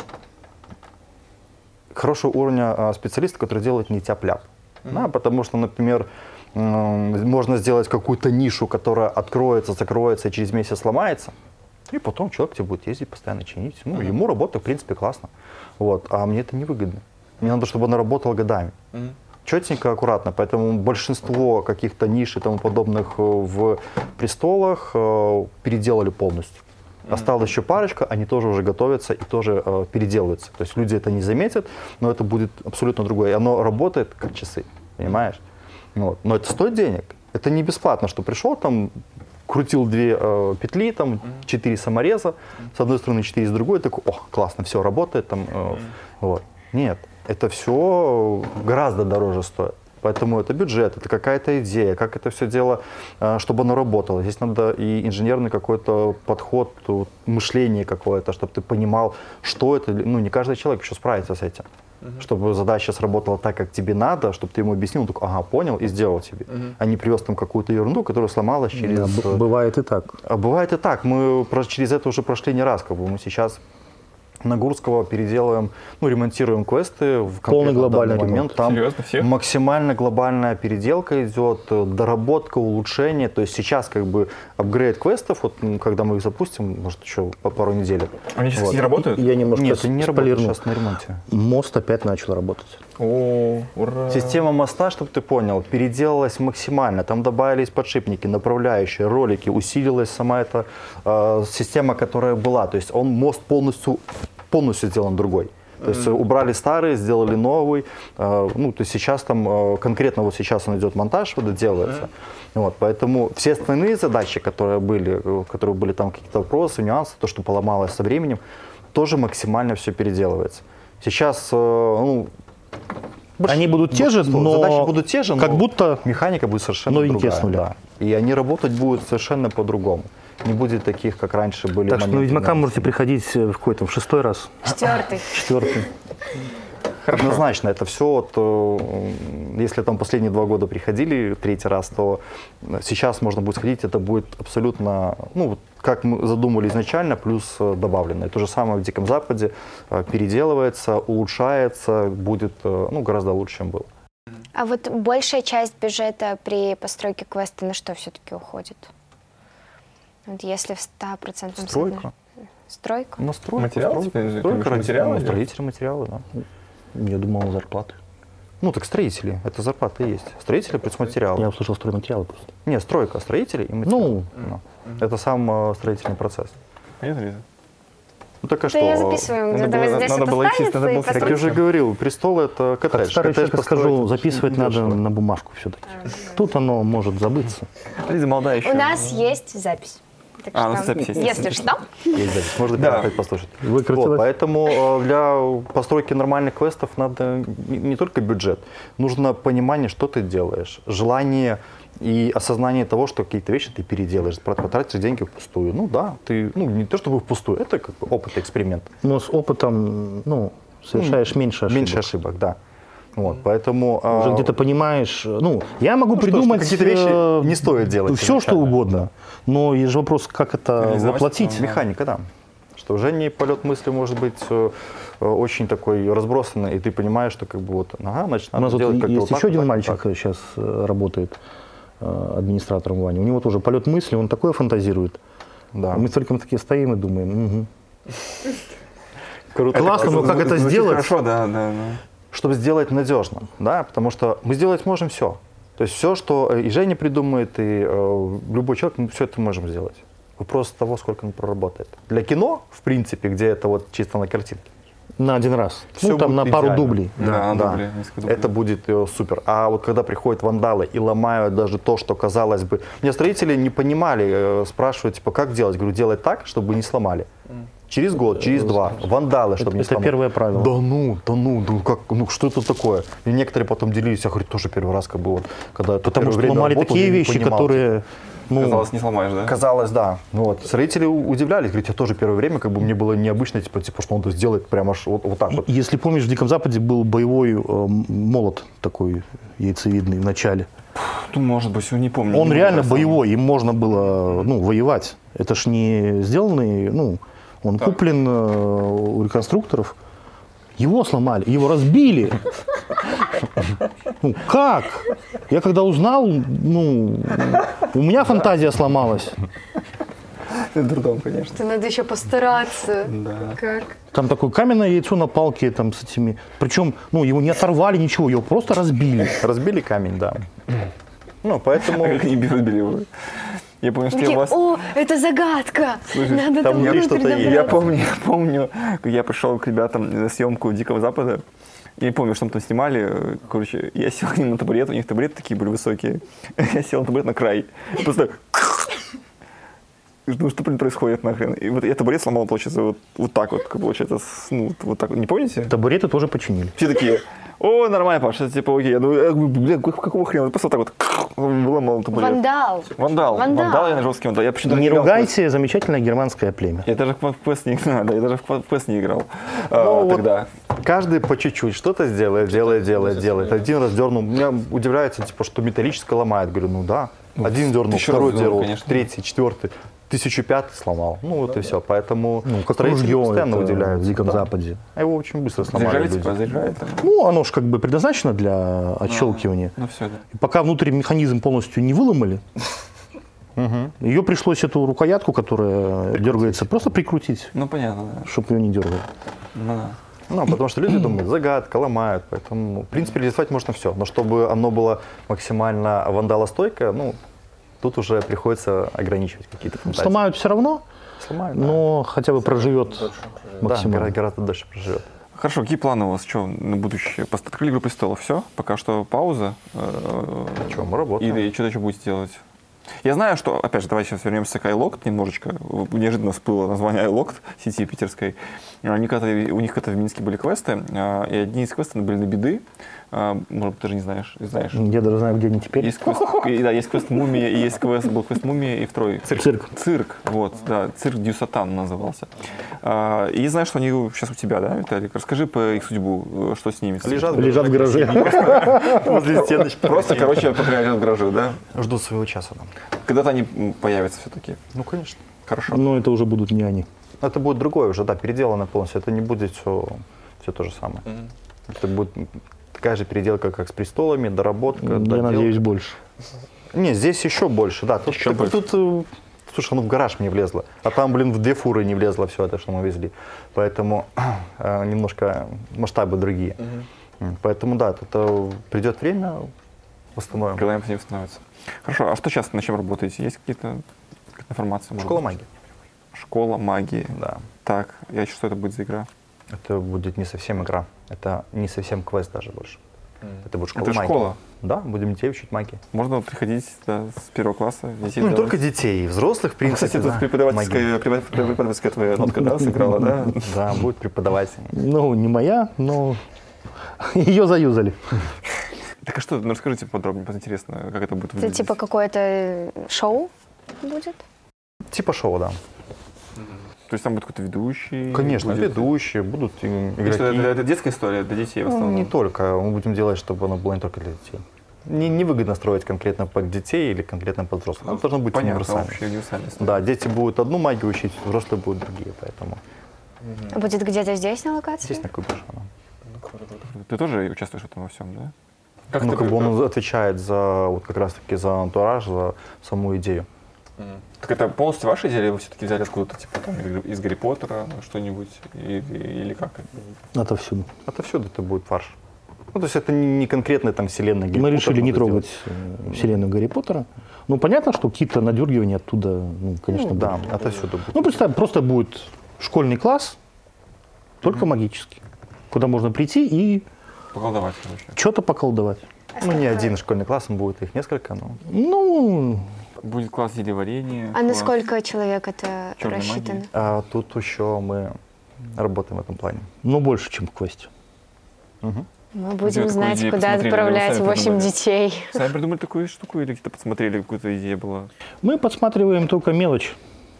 S4: хорошего уровня а, специалистов, которые делают не тяп-ляп. Mm-hmm. Да, потому что, например, м- можно сделать какую-то нишу, которая откроется, закроется и через месяц сломается, и потом человек тебе будет ездить, постоянно чинить. Ну, mm-hmm. ему работа, в принципе, классно. Вот. А мне это невыгодно. Мне надо, чтобы она работала годами. Mm-hmm. Четенько, аккуратно. Поэтому большинство каких-то ниш и тому подобных в престолах э, переделали полностью. Mm-hmm. Осталась еще парочка, они тоже уже готовятся и тоже э, переделываются. То есть люди это не заметят, но это будет абсолютно другое. И оно работает как часы, понимаешь? Вот. Но это стоит денег. Это не бесплатно, что пришел там, крутил две э, петли, там, mm-hmm. четыре самореза, mm-hmm. с одной стороны четыре, с другой, такой, о, классно, все работает. Там, э, mm-hmm. вот. Нет, это все гораздо дороже стоит. Поэтому это бюджет, это какая-то идея, как это все дело, чтобы оно работало. Здесь надо и инженерный какой-то подход, мышление какое-то, чтобы ты понимал, что это. Ну, не каждый человек еще справится с этим. Uh-huh. Чтобы задача сработала так, как тебе надо, чтобы ты ему объяснил, он такой, ага, понял, и сделал тебе. Uh-huh. А не привез там какую-то ерунду, которая сломалась через...
S3: Да, бывает и так.
S4: А бывает и так. Мы через это уже прошли не раз. Как бы мы сейчас На Гурского переделываем, ну, ремонтируем квесты в
S3: Полный глобальный
S4: момент.
S3: ремонт.
S4: Там
S1: Серьезно, всех?
S4: максимально глобальная переделка идет, доработка, улучшение. То есть сейчас как бы апгрейд квестов, вот м, когда мы их запустим, может еще по пару недель.
S1: Они сейчас
S4: Вот.
S1: не работают?
S3: Я немножко
S4: Нет, не работает
S3: спойлерну.
S4: сейчас на ремонте.
S3: Мост опять начал работать.
S1: О, ура.
S4: Система моста, чтобы ты понял, переделалась максимально. Там добавились подшипники, направляющие, ролики, усилилась сама эта э, система, которая была. То есть он мост полностью, полностью сделан другой. То есть mm-hmm. убрали старый, сделали новый. Э, ну, то есть сейчас там, э, конкретно вот сейчас он идет монтаж, вот делается. Mm-hmm. Вот, поэтому все остальные задачи, которые были, э, которые были там какие-то вопросы, нюансы, то, что поломалось со временем, тоже максимально все переделывается. Сейчас, э, ну,
S3: Они будут те же, но
S4: задачи будут те же, но
S3: как будто
S4: механика будет совершенно
S3: новенькие
S4: другая.
S3: с нуля.
S4: Да. И они работать будут совершенно по-другому. Не будет таких, как раньше были.
S3: Так что на
S4: моменты,
S3: Ведьмака
S4: да.
S3: можете приходить в какой-то в шестой раз,
S2: Четвертый.
S3: четвертый.
S4: Однозначно, это все, вот, э, если там последние два года приходили третий раз, то сейчас можно будет сходить, это будет абсолютно, ну, вот как мы задумали изначально, плюс э, добавлено. И то же самое в Диком Западе э, переделывается, улучшается, будет э, ну, гораздо лучше, чем было.
S2: А вот большая часть бюджета при постройке квеста на что все-таки уходит? Вот если в стопроцентном
S4: Стройка.
S2: соотношении. Стройка?
S4: На стройку,
S1: Материал,
S4: стройку,
S1: теперь же,
S4: стройка,
S1: конечно, материалы
S4: ну,
S1: идет.
S4: строители, материалы, да.
S3: Я думал, зарплаты.
S4: Ну, так строители, это зарплата и есть. Строители плюс материалы.
S3: Я услышал стройматериалы просто.
S4: Не, стройка, строители и материалы.
S3: Ну,
S4: Да. Это сам э, строительный процесс.
S1: Понятно, Лиза?
S4: Ну, так а
S2: Да
S4: что?
S2: я записываю,
S1: Надо
S2: давай
S1: было-
S2: здесь
S1: надо
S2: это
S1: было идти,
S2: останется
S1: надо
S2: и
S1: было
S4: Как я
S2: посмотрим.
S4: уже говорил, престол это
S3: как
S4: коттедж.
S3: старый
S4: Коттедж
S3: человек скажу,
S4: построить
S3: записывать надо
S4: недешево.
S3: на бумажку все-таки. Тут оно может забыться.
S1: Лиза молодая еще.
S2: У нас есть запись. Так
S1: А, у нас
S2: что,
S1: запись есть.
S2: если что,
S4: Есть запись, можно
S1: Да.
S4: перемотать, послушать.
S3: Выкрутилось.
S4: Вот, поэтому э, для постройки нормальных квестов надо не, не только бюджет, нужно понимание, что ты делаешь, желание и осознание того, что какие-то вещи ты переделаешь, потратишь деньги впустую. Ну да, ты, ну не то чтобы впустую, это как бы опыт, эксперимент.
S3: Но с опытом, ну, совершаешь меньше ошибок.
S4: Меньше ошибок, да. Вот, поэтому э,
S3: Уже где-то понимаешь, ну, я могу
S4: ну, что ж,
S3: придумать
S4: какие-то вещи
S3: э,
S4: не стоит делать
S3: все, что
S4: изначально.
S3: угодно, но есть же вопрос, как это
S1: Реализовать
S3: воплотить.
S1: потом.
S4: Механика, да. Что уже не полет мысли может быть э, э, очень такой разбросанный, и ты понимаешь, что как бы вот, ага, значит,
S3: У
S4: надо
S3: нас вот
S4: делать как-то
S3: есть
S4: вот так,
S3: еще
S4: вот
S3: один
S4: так, вот
S3: мальчик
S4: так.
S3: сейчас э, работает э, администратором Ваня. У него тоже полет мысли, он такое фантазирует.
S4: Да.
S3: Мы только такие стоим и думаем, угу.
S4: Круто.
S3: Классно, но как это
S1: Звучит
S3: сделать?
S1: Хорошо, да, да, да.
S4: Чтобы сделать надежно, да, потому что мы сделать можем все. То есть все, что и Женя придумает, и э, любой человек, мы все это можем сделать. Вопрос того, сколько он проработает. Для кино, в принципе, где это вот чисто на картинке,
S3: На один раз.
S4: Всё
S3: Ну, там
S4: будет
S3: на пару
S4: идеально.
S3: дублей.
S1: Да, дубли, несколько дублей.
S4: это будет э, супер. А вот когда приходят вандалы и ломают даже то, что казалось бы... Мне строители не понимали, э, спрашивают, типа, как делать? Говорю, делать так, чтобы не сломали. Через год, через два. Вандалы, чтобы
S3: Это-
S4: не
S3: это
S4: сломали.
S3: первое правило.
S4: Да ну, да ну, ну как, ну что это такое? И некоторые потом делились, я говорю, тоже первый раз, как бы вот, когда это
S3: Потому
S4: первое
S3: что
S4: время
S3: ломали
S4: работал,
S3: такие
S4: я не
S3: вещи,
S4: понимал.
S3: которые... Ну,
S1: Казалось, не сломаешь, да?
S4: Казалось, да. Вот. Строители у- удивлялись, говорят, я тоже первое время, как бы мне было необычно, типа, типа что он это сделает прямо аж вот, вот так вот.
S3: если помнишь, в Диком Западе был боевой э, молот такой яйцевидный в начале.
S1: Ну, может быть, не помню.
S3: Он
S1: не
S3: реально
S1: помню,
S3: боевой, им можно было, ну, воевать. Это ж не сделанный, ну, он
S1: Так.
S3: куплен э, у реконструкторов. Его сломали, его разбили. Ну, как? Я когда узнал, ну, у меня фантазия сломалась.
S1: Это дурдом, конечно.
S2: это надо еще постараться.
S1: Да.
S2: Как?
S3: Там такое каменное яйцо на палке там с этими. Причем, ну, его не оторвали, ничего, его просто разбили.
S4: Разбили камень, да. Ну, поэтому...
S1: А как они разбили его? Я помню, что я
S2: Такие,
S1: вас...
S2: о, это загадка! Надо
S4: там
S2: там
S4: внутри
S2: внутрь
S4: что-то есть.
S1: Я
S2: добраться.
S1: помню, я помню, как я пришел к ребятам на съемку Дикого Запада. Я не помню, что мы там снимали. Короче, я сел к ним на табурет, у них табуреты такие были высокие. Я сел на табурет на край. Просто... Ну, что, блин, происходит нахрен? И вот я табурет сломал, получается, вот, вот так вот, как получается, с- ну, вот так вот. Не помните?
S3: Табуреты тоже починили.
S1: Все такие, о, нормально, Паш, это типа окей. Я думаю, э, бля, какого хрена? Просто вот так вот выломал табурет.
S2: Вандал.
S1: Вандал.
S2: Вандал.
S1: Вандал, я на жесткий вандал. Я почему-то
S3: Не
S1: играл в
S3: ругайте замечательное германское племя.
S1: Я даже в квест не играл, да, я даже в квест не играл а,
S4: Ну, вот
S1: тогда.
S4: Каждый по чуть-чуть что-то сделает, делает, делает, делает. Один раз дернул. Меня удивляется, типа, что металлическое ломает. Говорю, ну да. Один дернул,
S1: тысячу
S4: второй
S1: раз дернул,
S4: дернул,
S1: конечно.
S4: третий, четвертый. тысячу пятый сломал. Ну вот и все. Поэтому
S3: Ну, как
S4: строители
S3: ружье
S4: постоянно
S3: это
S4: уделяют.
S3: в Диком
S4: Да.
S3: Западе.
S4: А его очень быстро сломали
S1: Заряжали,
S4: люди.
S1: типа, заряжали там.
S3: Ну, оно же как бы предназначено для отщелкивания.
S1: Ну все, да.
S3: И пока внутренний механизм полностью не выломали, ее пришлось, эту рукоятку, которая дергается, просто прикрутить,
S1: Ну понятно, да.
S3: чтобы ее не дергало.
S1: Ну, да.
S4: Ну, потому что люди думают, загадка, ломают. Поэтому, в принципе, реализовать можно все. Но чтобы оно было максимально вандалостойкое, ну, тут уже приходится ограничивать какие-то фантазии.
S3: Сломают все равно,
S4: Сломают, да.
S3: но хотя бы проживет
S4: Да,
S3: максимально.
S4: гора- гораздо дольше проживет.
S1: Хорошо, какие планы у вас? Что на будущее? Пост- Открыли «Игру престолов», все? Пока что пауза? Э,
S4: Что, мы работаем.
S1: Или что-то еще будете делать? Я знаю, что, опять же, давай сейчас вернемся к iLocked немножечко. Неожиданно всплыло название iLocked, сети питерской. Они когда-то, у них когда-то в Минске были квесты, а, и одни из квестов были на биды. А, Может быть, ты же не знаешь. знаешь.
S3: Я даже знаю, где они теперь.
S1: Есть квест, и, да, есть квест «Мумия», и есть квест, был квест «Мумия», и второй цирк.
S3: Цирк.
S1: Цирк, вот, да, цирк Дью Сатан назывался. А, И знаешь, что они сейчас у тебя, да, Виталик? Расскажи по их судьбу, что с ними.
S4: Лежат,
S3: Лежат в гараже.
S4: возле стеночки.
S1: Просто, короче, пока лежат в гараже, да?
S4: Ждут своего часа там.
S1: Когда-то они м, появятся все-таки.
S4: Ну, конечно.
S1: Хорошо.
S3: Но это уже будут не они.
S4: Это будет другое уже, да, переделано полностью. Это не будет все, все то же самое. Это будет такая же переделка, как с «Престолами», доработка.
S3: Я
S4: доделка.
S3: надеюсь, больше.
S4: Не, здесь еще больше, да. Тут,
S1: Еще
S4: так-
S1: больше.
S4: тут, э, слушай, ну в гараж мне влезло. А там, блин, в две фуры не влезло все это, что мы везли. Поэтому э, немножко масштабы другие. М, Поэтому, да, это придет время, восстановим.
S1: Когда им с ним становится. Хорошо, а что сейчас, на чем работаете? Есть какие-то какая-то информация? может
S4: Школа
S1: быть?
S4: магии.
S1: Школа магии.
S4: Да.
S1: Так, я что это будет за игра?
S4: Это будет не совсем игра. Это не совсем квест даже больше. Это будет школа
S1: Это
S4: магии.
S1: школа?
S4: Да, будем детей учить магии.
S1: Можно приходить да, с первого класса? Детей
S4: Ну, не
S1: давать?
S4: только детей, и взрослых, в принципе.
S1: Кстати, тут
S4: да,
S1: преподавательская,
S4: магии.
S1: препод- преподавательская твоя нотка, да, сыграла, да?
S4: Да, будет преподаватель.
S3: Ну, не моя, но ее заюзали.
S1: Так а что, ну расскажите подробнее, просто интересно, как это будет
S2: Это
S1: выглядеть.
S2: типа какое-то шоу будет?
S4: Типа шоу, да.
S1: То есть там будет какой-то ведущий?
S4: Конечно,
S1: будет-
S4: ведущие, будут и
S1: И что,
S4: игроки.
S1: это, это детская история для детей в
S4: Ну,
S1: основном?
S4: не только. Мы будем делать, чтобы оно было не только для детей. Не, невыгодно строить конкретно под детей или конкретно под взрослых. Оно должно быть
S1: Понятно,
S4: универсальным.
S1: общая универсальная история.
S4: Да, дети будут одну магию учить, взрослые будут другие, поэтому
S2: А будет где-то здесь на локации?
S4: здесь на Куйбышева.
S1: Ты тоже участвуешь в этом во всем, да? Как
S4: Ну,
S1: ты
S4: как бы
S1: при-
S4: он отвечает за, вот как раз-таки за антураж, за саму идею.
S1: Так это полностью ваша идея, или вы все-таки взяли откуда-то, типа, там, из Гарри Поттера что-нибудь, или, или как?
S3: Отовсюду.
S4: Отовсюду это будет фарш. Ну, то есть это не конкретная там вселенная Гарри
S3: Мы
S4: Поттер
S3: решили не
S4: надо
S3: трогать
S4: сделать.
S3: э, вселенную Гарри Поттера. Ну, понятно, что какие-то надергивания оттуда, ну, конечно,
S4: Ну, да,
S3: будут.
S4: отовсюду будет.
S3: Ну, представь, просто будет школьный класс, только магический, куда можно прийти и
S1: Поколдовать, короче.
S3: что-то поколдовать.
S4: Ну, не один школьный класс, он будет, их несколько, но
S3: Ну,
S1: Будет класс зельеварения.
S2: А
S1: класс-
S2: на сколько человек это
S1: Чёрной
S2: рассчитано?
S1: магии.
S4: а тут еще мы работаем в этом плане.
S3: ну, больше, чем в квесте.
S4: Мгм.
S2: Мы
S1: Где
S2: будем
S1: такую
S2: знать,
S1: идею
S2: куда
S1: посмотрели? Вы
S2: отправлять
S1: сами
S2: восемь
S1: придумали?
S2: детей.
S1: Сами придумали такую штуку или где-то подсмотрели, какую-то идея была?
S3: Мы подсматриваем только мелочь.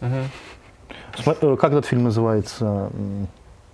S3: Сма- э, Как этот фильм называется? М,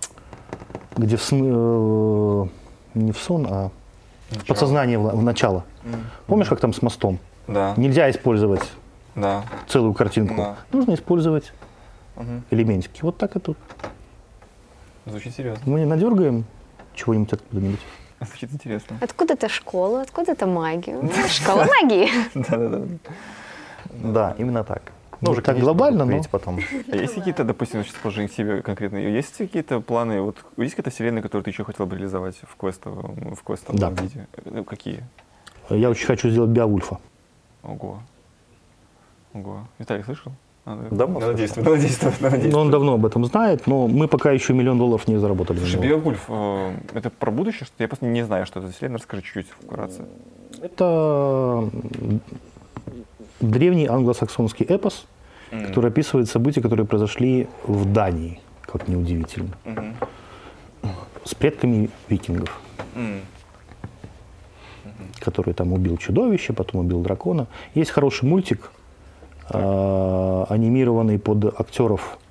S3: Где в сны- э, не в сон, а в подсознание в, в начало. Помнишь, как там с мостом?
S1: Да,
S3: Нельзя использовать
S1: да.
S3: целую картинку.
S1: Да.
S3: Нужно использовать
S1: Мгм.
S3: элементики. Вот так и тут.
S1: Звучит серьезно.
S3: Мы надергаем чего-нибудь откуда-нибудь.
S1: Звучит интересно.
S2: Откуда-то школа, откуда-то магия. Ну, Школа магии.
S1: Да-да-да.
S4: Да, именно так.
S3: Ну, так
S4: конечно,
S3: глобально,
S4: будут
S3: но-
S4: видеть потом.
S1: А есть какие-то, допустим, сейчас положим к себе конкретные, есть какие-то планы, вот есть какая-то вселенная, которую ты еще хотел бы реализовать в квестовом, в квестовом
S3: Да.
S1: виде? Э, Какие?
S3: Я очень хочу сделать Беовульфа.
S1: Ого. Ого. Виталий, слышал? Надо,
S4: Давно
S1: надо
S4: слышал.
S1: действовать, надо действовать, надо
S3: Но
S1: действовать.
S3: он давно об этом знает, но мы пока еще миллион долларов не заработали. на
S1: Слушай,
S3: него.
S1: Беовульф, э, это про будущее, что я просто не знаю, что это за вселенная, расскажи чуть-чуть вкратце.
S3: Это м, древний англосаксонский эпос, который описывает события, которые произошли в Дании, как неудивительно,
S1: Мгм.
S3: с предками викингов,
S1: М.
S3: который там убил чудовище, потом убил дракона. Есть хороший мультик, а, анимированный под актеров.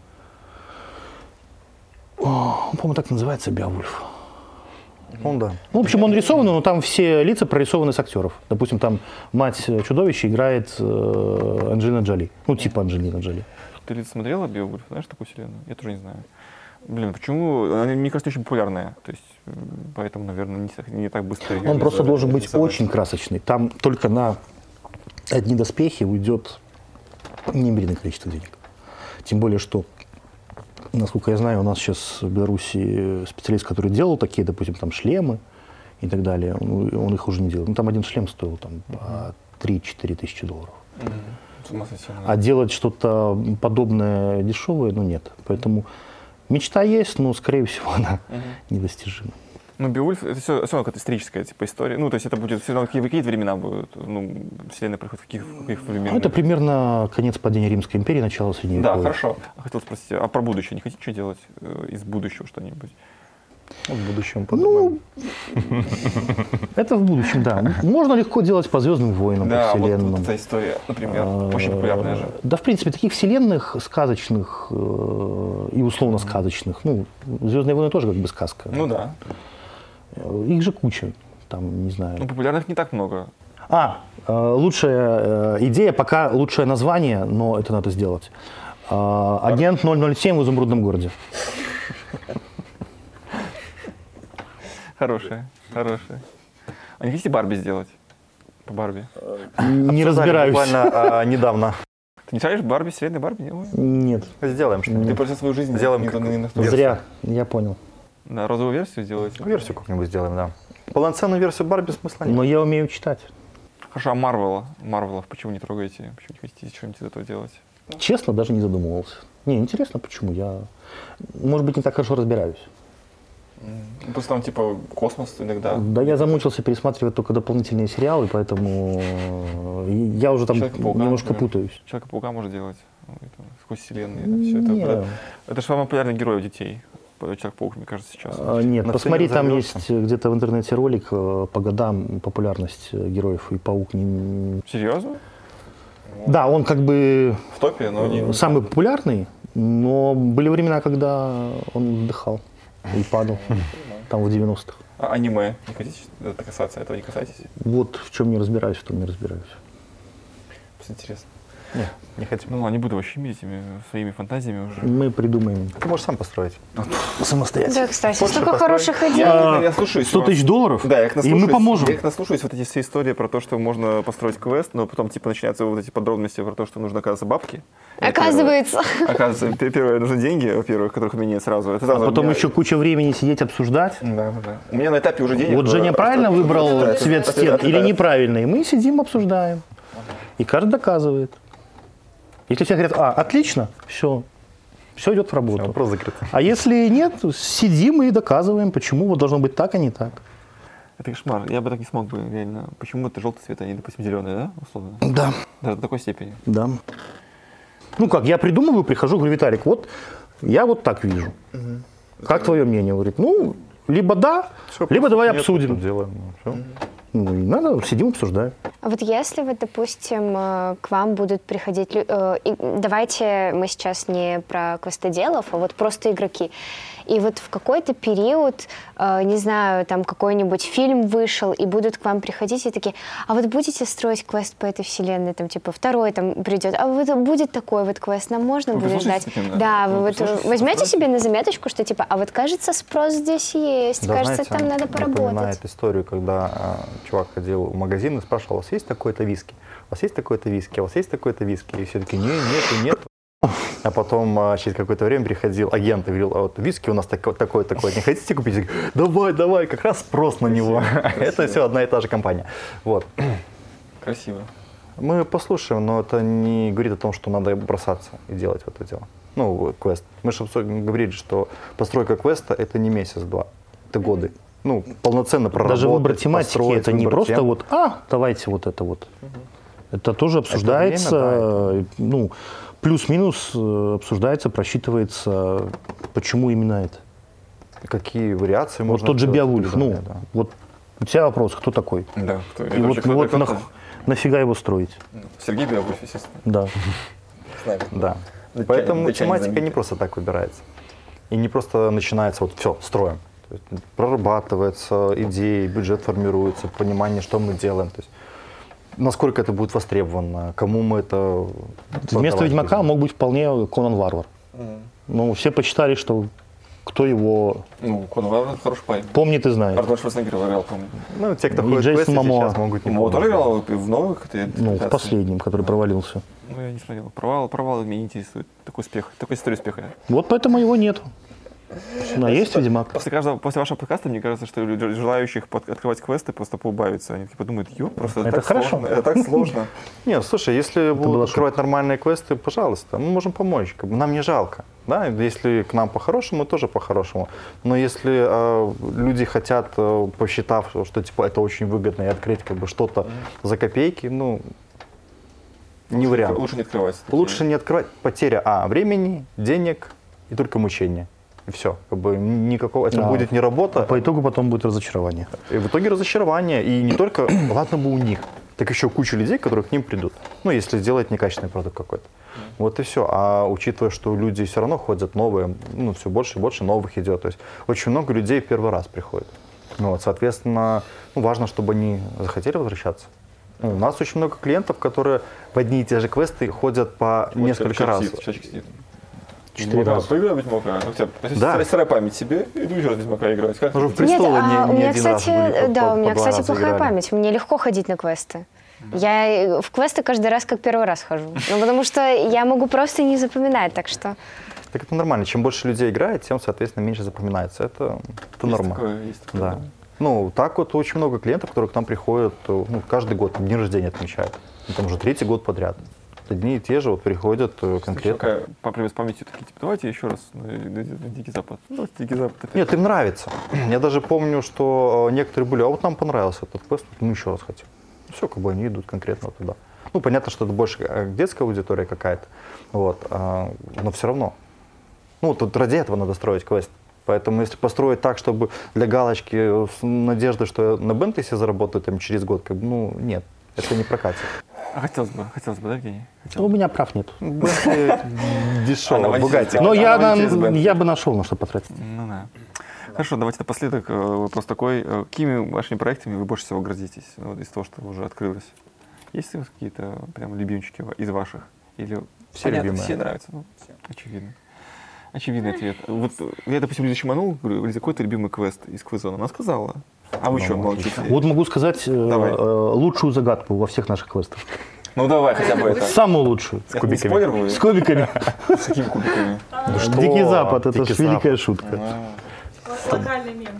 S3: О, он, по-моему, так называется Беовульф.
S4: Ну да.
S3: Ну, в общем, он рисованный, но там все лица прорисованы с актеров. Допустим, там мать чудовища играет э, Анджелина Джоли. Ну, типа Анджелина Джоли.
S1: Ты ли смотрела Беовульф? Знаешь такую вселенную? Я тоже не знаю. Блин, почему? Она, мне кажется, очень популярная. То есть, поэтому, наверное, не, так- не так быстро ее
S3: Он просто
S1: реализовали-
S3: должен быть
S1: реализовать.
S3: очень красочный. Там только на одни доспехи уйдет немереное количество денег. Тем более, что, насколько я знаю, у нас сейчас в Беларуси специалист, который делал такие, допустим, там шлемы и так далее, он, он их уже не делает. Ну, там один шлем стоил там по три-четыре тысячи долларов.
S1: Мгм. С ума сойти,
S3: А делать что-то подобное дешевое, ну нет. Поэтому мечта есть, но, скорее всего, она недостижима.
S1: Ну, Беовульф, это все, все равно какая-то историческая типа история. Ну, то есть это будет все равно какие- какие-то времена будут. Ну, вселенная проходит в каких, в каких временах.
S3: Ну, это примерно конец падения Римской империи, начало
S1: Да,
S3: Средневековья.
S1: хорошо. Хотел спросить, а про будущее не хотите что делать э, из будущего что-нибудь?
S4: Ну, в будущем подумаем.
S3: Это в будущем, да. Можно легко делать по «Звездным войнам»,
S1: Да,
S3: по
S1: вот,
S3: вселенным.
S1: вот эта история, например, очень
S3: А,
S1: популярная же.
S3: Да, в принципе, таких вселенных сказочных э, и условно сказочных, ну, «Звездные войны» тоже как бы сказка.
S1: Ну да.
S3: Их же куча, там, не знаю.
S1: Ну, популярных не так много.
S3: А, э, лучшая э, идея, пока лучшее название, но это надо сделать. Э, Агент ноль ноль семь в «Изумрудном городе».
S1: Хорошая, хорошая. А не хотите Барби сделать? По Барби?
S3: Не
S4: Обсуждали
S3: разбираюсь.
S4: Буквально а, недавно.
S1: Ты не шаришь Барби, вселенной Барби? Не? Ой.
S3: Нет,
S4: Сделаем что-нибудь.
S1: Ты просто свою жизнь
S4: Сделаем
S1: не,
S4: как-
S1: не, не, не,
S3: зря, я понял.
S1: Да, розовую версию сделаете?
S4: Версию как-нибудь сделаем, да. Полноценную версию Барби смысла нет.
S3: Но я умею читать.
S1: Хорошо, а Марвела? Марвелов почему не трогаете? Почему не хотите что-нибудь из этого делать?
S3: Честно, даже не задумывался. Не, интересно, почему. Я, может быть, не так хорошо разбираюсь.
S1: Ну, просто там типа космос иногда.
S3: Да, я замучился пересматривать только дополнительные сериалы, поэтому э, я уже там
S1: Человека-паука,
S3: немножко
S1: например.
S3: путаюсь.
S1: Человека-паука может делать. Ну, это сквозь вселенные. Это, все,
S3: Не.
S1: это, это же самый популярный герой у детей. Человек-паук, мне кажется, сейчас.
S3: А, Нет,
S4: На
S3: посмотри,
S4: сцене
S3: там
S4: взорвётся.
S3: есть где-то в интернете ролик э, по годам популярность э, героев, и Паук не...
S1: Серьезно?
S3: Да, он как бы
S1: В топе, но не...
S3: самый популярный, но были времена, когда он отдыхал и падал, там в девяностых.
S1: А аниме? Не хотите это касаться? Этого не касайтесь?
S3: Вот в чем не разбираюсь, в том не разбираюсь.
S1: Просто интересно.
S4: Не, не хотим.
S1: Ну, не буду вообще этими своими фантазиями уже.
S3: Мы придумаем
S4: Ты можешь сам построить.
S3: самостоятельно.
S2: Да, кстати,
S1: Хочешь
S2: столько
S1: построить?
S2: хороших идей.
S1: Я, я слушаюсь.
S3: сто тысяч долларов,
S1: Да, я их
S3: и
S1: наслушаюсь.
S3: мы поможем.
S1: Я их наслушаюсь, вот эти все истории про то, что можно построить квест, но потом типа начинаются вот эти подробности про то, что нужно, оказывается, бабки. Это
S2: Оказывается.
S1: первое. Оказывается, пер- первое, нужны деньги, во-первых, которых у меня нет сразу. Это
S3: А
S1: сразу у
S3: потом
S1: меня-
S3: еще куча времени сидеть обсуждать.
S1: Да, да, да. У меня на этапе уже денег...
S3: Вот Женя
S1: э,
S3: правильно
S1: оста-
S3: выбрал
S1: да,
S3: цвет
S1: это-
S3: стен
S1: это-
S3: или
S1: это-
S3: неправильно? И мы сидим, обсуждаем. И каждый доказывает. Если все говорят, а, отлично, все, все идет в работу.
S4: Вопрос закрыт.
S3: А если нет, сидим и доказываем, почему вот должно быть так, а не так.
S1: Это кошмар. Я бы так не смог бы, реально. Почему это желтый цвет, а не, допустим, зеленый, да, условно?
S3: Да,
S1: Даже до такой степени.
S3: да. Ну как, я придумываю, прихожу, говорю, Виталик, вот я вот так вижу. Как твое мнение? Говорит, ну, либо да,
S4: Всё,
S3: либо давай
S4: нет,
S3: обсудим.
S4: тут делаем. Ну, всё.
S3: Ну, и надо, сидим, обсуждаем.
S2: А вот если вот, допустим, э, к вам будут приходить... лю- э, и давайте мы сейчас не про квестоделов, а вот просто игроки. И вот в какой-то период, э, не знаю, там какой-нибудь фильм вышел, и будут к вам приходить и такие, а вот будете строить квест по этой вселенной, там типа второй там придет, а вот будет такой вот квест, нам можно
S1: Вы
S2: будет ждать?
S1: прислушаетесь к ним,
S2: Да,
S1: да?
S2: вы
S1: Вы
S2: вот
S1: прислушаетесь к
S2: возьмете
S1: вопросам?
S2: себе на заметочку, что типа, а вот кажется спрос здесь есть,
S4: Да,
S2: кажется,
S4: знаете,
S2: там надо поработать.
S4: напоминает историю, когда а, чувак ходил в магазин и спрашивал, у вас есть такой-то виски? У вас есть такой-то виски? У вас есть такой-то виски? И все таки не, нету, нет. А потом а, через какое-то время приходил агент и говорил, а вот виски у нас такой, такой, такой, не хотите купить? Я говорю, давай, давай, как раз спрос на него. Это все одна и та же компания. Вот.
S1: Красиво.
S4: Мы послушаем, но это не говорит о том, что надо бросаться и делать вот это дело. Ну, квест. Мы же говорили, что постройка квеста — это не месяц-два, это годы. Ну, полноценно проработать,
S3: Даже выбор тематики,
S4: построить,
S3: это не
S4: выбор
S3: просто
S4: тем.
S3: вот, а, давайте вот это вот. Это тоже обсуждается,
S4: время,
S3: ну, плюс-минус э, обсуждается, просчитывается, почему именно это.
S4: Какие вариации
S3: Вот
S4: можно
S3: тот же
S4: сделать,
S3: Беовульф, ну,
S4: да, да.
S3: вот у тебя вопрос, кто такой?
S1: Да. Кто,
S3: И вот, вот нах- нафига его строить?
S1: Сергей Беовульф, естественно.
S3: Да.
S4: Да.
S1: Да,
S4: Поэтому
S1: чай- да, чай не
S4: тематика
S1: заметил.
S4: не просто так выбирается. И не просто начинается вот все, строим. То есть прорабатывается идеи, бюджет формируется, понимание, что мы делаем. То есть насколько это будет востребовано, кому мы это...
S3: Вместо Ведьмака
S4: будем.
S3: мог быть вполне Конан Варвар.
S1: Мгм.
S3: Ну, все почитали, что кто его
S1: Ну, Конан Варвар хороший парень.
S3: помнит и знает.
S1: Арнольд Шварценеггер играл, по-моему.
S4: Ну, те, кто
S3: И
S4: ходит в
S3: Джейсон
S4: квесты,
S3: Момоа.
S4: сейчас могут не
S1: Ну, он
S4: помнить.
S1: тоже играл в новых
S3: Ну, в
S1: интерпретациях?
S3: последнем, который провалился.
S1: Ну, я не смотрел. Провал, провал меня не интересует. Такой успех, такой история успеха.
S3: Вот поэтому его нету. А есть Ведьмак.
S1: После каждого, после вашего подкаста, мне кажется, что люди, желающих под- открывать квесты просто поубавится. Они такие подумают, ё, просто это,
S3: Это
S1: так
S3: хорошо.
S1: сложно. Это так сложно.
S4: Нет, слушай, если
S3: было
S4: будут
S3: шутка.
S4: открывать нормальные квесты, пожалуйста, мы можем помочь. Как бы нам не жалко. Да? Если к нам по-хорошему, тоже по-хорошему. Но если э, люди хотят, э, посчитав, что, что типа это очень выгодно, и открыть как бы что-то за копейки, ну, не вариант.
S1: Лучше не открывать.
S4: Лучше не открывать. Потеря а, времени, денег и только мучения. И все. Как бы никакого, это
S3: А,
S4: будет не работа.
S3: По итогу потом будет разочарование.
S4: И в итоге разочарование. И не только, ладно бы у них, так еще куча людей, которые к ним придут. Ну, если сделать некачественный продукт какой-то. Вот и все. А учитывая, что люди все равно ходят новые, ну, все больше и больше новых идет. То есть очень много людей первый раз приходят. Ну, вот, соответственно, ну, важно, чтобы они захотели возвращаться. Ну, у нас очень много клиентов, которые в одни и те же квесты ходят по
S1: Вот
S4: несколько
S1: человек
S4: раз.
S1: сидит, человечек сидит.
S3: Четыре
S1: Ну,
S3: раза.
S1: да, поиграй в Ведьмака. У тебя
S4: Да.
S1: старая память себе, иду еще раз в Ведьмака играть. Как
S4: Уже в
S1: тебе?
S4: престолы
S2: Нет,
S4: не,
S2: а у
S4: не
S2: меня,
S4: один раз
S2: кстати,
S4: были, по-
S2: да,
S4: по-
S2: у меня,
S4: по два
S2: кстати,
S4: раза
S2: плохая
S4: играли.
S2: память. Мне легко ходить на квесты. Я в квесты каждый раз как первый раз хожу. Ну, потому что я могу просто не запоминать, так что...
S4: Так это нормально. Чем больше людей играет, тем, соответственно, меньше запоминается. Это, это
S1: Есть
S4: норма.
S1: такое, есть такое,
S4: Да.
S1: да.
S4: Ну, так вот очень много клиентов, которые к нам приходят, э, ну, каждый год дни рождения отмечают. Ну, там уже третий год подряд. Одни и те же вот приходят э, конкретно.
S1: Какая проблема с памятью? Такие, типа, давайте еще раз на, на- на Дикий Запад. Ну, давайте Дикий Запад опять.
S4: Нет, им нравится. Я даже помню, что э, некоторые были, а вот нам понравился этот квест, мы еще раз хотим. Все, как бы они идут конкретно туда. Ну, понятно, что это больше э, детская аудитория какая-то, вот, а, но все равно. Ну, тут ради этого надо строить квест. Поэтому если построить так, чтобы для галочки с надеждой, что я на Бентлисе заработаю там, через год, как бы, ну, нет, это не прокатит.
S1: А хотелось бы, хотелось бы, да, Евгений?
S3: У
S1: Хотелось.
S3: меня прав нет.
S4: Бентли
S1: А,
S4: дешево,
S1: на
S4: богатик.
S3: Но
S1: Да,
S3: я,
S1: давайте
S3: на-
S1: через Бентли.
S3: я бы нашел, на что потратить.
S1: Ну да. Хорошо, давайте напоследок э, вопрос такой. Э, Какими вашими проектами вы больше всего гордитесь? Ну, вот из того, что уже открылось. Есть у вас какие-то прям любимчики из ваших? Или
S4: Все
S1: понятно,
S4: любимые.
S1: Все нравятся? Ну, очевидно. Очевидный ответ. Вот э, я, допустим, Лизу Шиманул, говорю, Лиза, какой ты любимый квест из квизона? Она сказала. А вы
S4: Ну,
S1: что, молчите?
S3: Вот могу сказать э,
S1: Давай.
S3: э, лучшую загадку во всех наших квестах.
S1: Ну давай хотя бы это.
S3: Самую лучшую.
S1: Это не спойлер будет?
S3: С кубиками.
S1: С какими кубиками?
S3: Дикий Запад, это
S4: Дикий
S3: ж великая
S4: Запад.
S3: шутка.
S6: Локальный мем.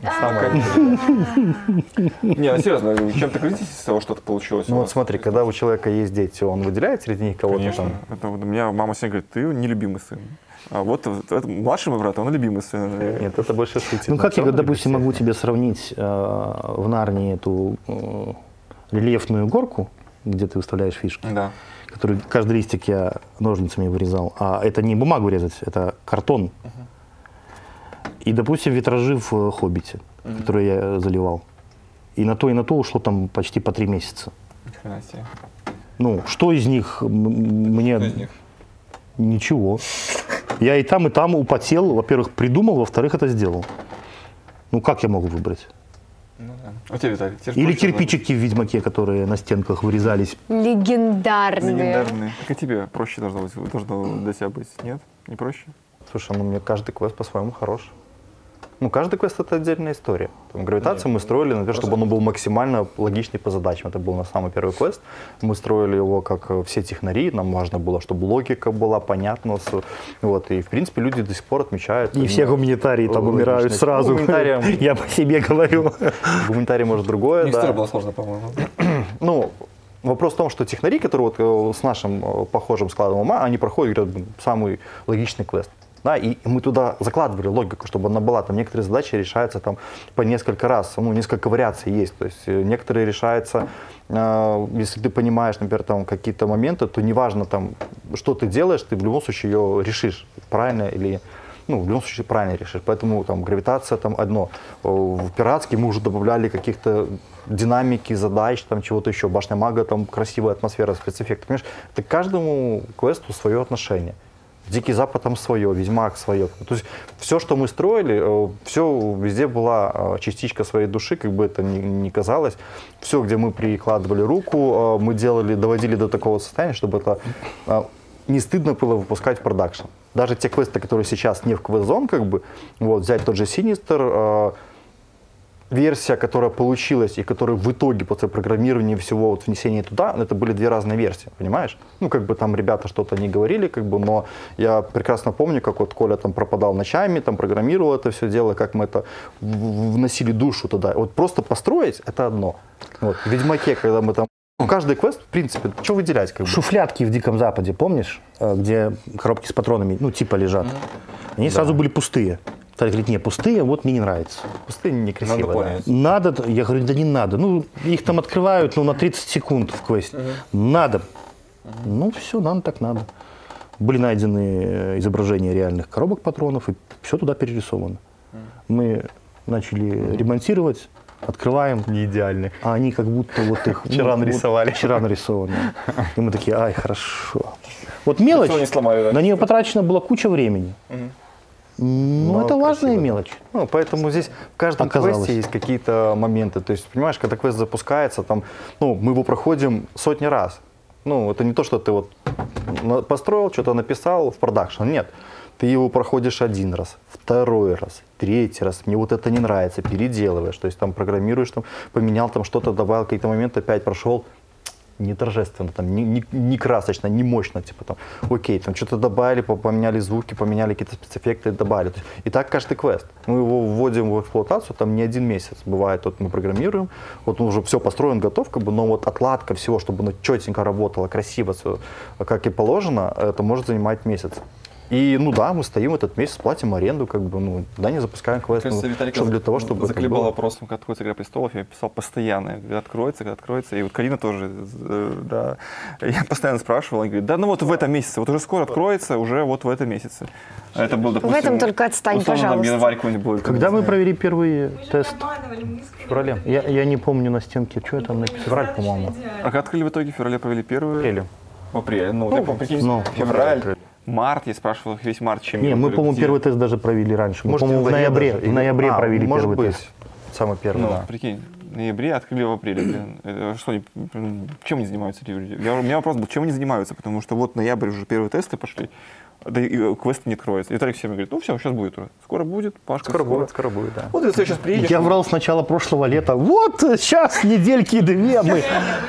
S1: Не, ну серьезно, чем ты гордитесь из того, что это получилось? у
S4: Ну вот
S1: вас?
S4: смотри, когда у человека есть дети, он выделяет среди них кого-то
S1: Конечно.
S4: там?
S1: Это вот у меня мама всегда говорит, ты нелюбимый сын. А вот это, это младший мой брат, он любимый сын.
S4: Нет, это больше шутит.
S3: Ну
S4: На
S3: как я,
S4: самом деле
S3: допустим,
S4: все.
S3: могу тебе сравнить э, в Нарнии эту э, рельефную горку, где ты выставляешь фишки,
S1: Да.
S3: которую каждый листик я ножницами вырезал, а это не бумагу резать, это картон. И, допустим, витражи в э, «Хоббите», которые я заливал. И на то, и на то ушло там почти по три месяца.
S1: Ни хрена себе.
S3: Ну, что из них м- мне...
S1: Кто из них?
S3: Ничего. Я и там, и там употел. Во-первых, придумал, во-вторых, это сделал. Ну, как я могу выбрать?
S1: Ну да. А тебе, Виталий? тебе же
S3: Или
S1: проще
S3: кирпичики в «Ведьмаке», которые на стенках вырезались.
S1: было?
S2: Легендарные.
S1: Легендарные. Так и тебе проще должно быть, должно для тебя быть. Нет? Не проще?
S4: Слушай, ну мне каждый квест по-своему хорош. Ну, каждый квест — это отдельная история. Там, гравитацию мы строили, например, чтобы он был максимально логичный по задачам. Это был наш самый первый квест. Мы строили его как э, все технари. Нам важно было, чтобы логика была понятна. с- Вот. И, в принципе, люди до сих пор отмечают.
S3: И все гуманитарии там умирают
S4: логичность.
S3: сразу.
S4: Ну, гуманитариям,
S3: Я по себе говорю.
S4: гуманитарий может другое,
S1: Мне история
S4: да.
S1: была сложная, по-моему.
S4: Ну, вопрос в том, что технари, которые вот э, с нашим э, похожим складом ума, они проходят, говорят, «Блин, самый логичный квест». Да, и мы туда закладывали логику, чтобы она была. Там некоторые задачи решаются там по несколько раз, ну, несколько вариаций есть. То есть э, некоторые решаются, э, если ты понимаешь, например, там какие-то моменты, то неважно там, что ты делаешь, ты в любом случае ее решишь, правильно или... Ну, в любом случае правильно решишь. Поэтому там гравитация там одно. Э, В пиратский мы уже добавляли каких-то динамики, задач, там чего-то еще. Башня мага, там красивая атмосфера, спецэффекты. Понимаешь, это к каждому квесту свое отношение. Дикий Запад там свое, Ведьмак свое. То есть все, что мы строили, все везде была частичка своей души, как бы это ни, ни казалось. Все, где мы прикладывали руку, мы делали, доводили до такого состояния, чтобы это не стыдно было выпускать в продакшн. Даже те квесты, которые сейчас не в квест-зон, как бы, вот, взять тот же Sinister, версия, которая получилась и которая в итоге после программирования всего вот, внесения туда, это были две разные версии, понимаешь? Ну, как бы там ребята что-то не говорили, как бы, но я прекрасно помню, как вот Коля там пропадал ночами, там программировал это все дело, как мы это вносили душу туда. Вот просто построить — это одно. Вот. В Ведьмаке, когда мы там... Ну, каждый квест, в принципе, что выделять? Как бы?
S3: Шуфлятки в Диком Западе, помнишь? Где коробки с патронами, ну, типа лежат. Они да. сразу были пустые. Кто-то говорит, не, пустые, вот мне не нравится.
S4: Пустые некрасиво,
S3: надо, да. Надо, я говорю, да не надо. Ну, их там открывают, ну, на тридцать секунд в квесте. Uh-huh. Надо. Uh-huh. Ну, все, нам так надо. Были найдены изображения реальных коробок патронов, и все туда перерисовано. Uh-huh. Мы начали uh-huh. ремонтировать, открываем.
S4: Не идеальны.
S3: А они как будто вот их...
S4: Вчера
S3: ну,
S4: нарисовали.
S3: Вот, вчера нарисованы. И мы такие, ай, хорошо. Вот мелочь,
S1: не сломали, да?
S3: На нее потрачено было куча времени.
S1: Uh-huh.
S3: Ну,
S4: но
S3: это важная
S4: красиво,
S3: мелочь.
S4: Да. Ну, поэтому здесь в каждом Оказалось. квесте есть какие-то моменты. То есть, понимаешь, когда квест запускается, там, ну, мы его проходим сотни раз. Ну, это не то, что ты вот построил, что-то написал в продакшн. Нет. Ты его проходишь один раз, второй раз, третий раз. Мне вот это не нравится, переделываешь. То есть там программируешь, там, поменял там что-то, добавил какие-то моменты, опять прошел. Не торжественно, там, не, не, не красочно, не мощно, типа там, окей, там что-то добавили, поменяли звуки, поменяли какие-то спецэффекты, добавили. То есть, и так каждый квест. Мы его вводим в эксплуатацию, там не один месяц. Бывает, вот мы программируем, вот он уже все построен, готов, как бы, но вот отладка всего, чтобы оно четенько работало, красиво, все, как и положено, это может занимать месяц. И, ну да, мы стоим этот месяц, платим аренду, как бы, ну, да, не запускаем квест, ну, чтобы для того, чтобы...
S1: Заколебал вопросом, когда откроется «Игра престолов», я писал постоянно, когда откроется, когда откроется, и вот Карина тоже, да, я постоянно спрашивал, она говорит, да, ну вот в этом месяце, вот уже скоро откроется, уже вот в этом месяце. А это был, допустим,
S2: в этом только отстань, пожалуйста.
S1: Будет,
S3: когда мы провели первый тест?
S4: В феврале.
S3: Я, я не помню на стенке, что я там написал.
S4: Февраль, по-моему.
S1: А как открыли в итоге? В феврале провели первую?
S4: В апреле.
S1: В апреле, ну, ну, так, прикинь,
S3: ну
S1: февраль. Март, я спрашивал весь март, чем...
S3: Не, мы, по-моему, первый тест даже провели раньше. Мы, по-моему, в ноябре, даже. в ноябре а, провели
S4: может
S3: первый
S4: быть.
S3: тест.
S4: Самый первый,
S1: ну,
S4: да.
S1: Прикинь, в ноябре открыли в апреле, блин. Это что, чем они занимаются эти люди? Я, у меня вопрос был, чем они занимаются? Потому что вот ноябрь уже первые тесты пошли, да и квест не откроется. И Виталий всем говорит, ну все, сейчас будет. Скоро будет, Пашка,
S4: скоро,
S1: скоро
S4: будет, скоро будет, да.
S1: Вот если сейчас приедешь...
S3: Я врал с начала прошлого лета. Вот, сейчас недельки две мы...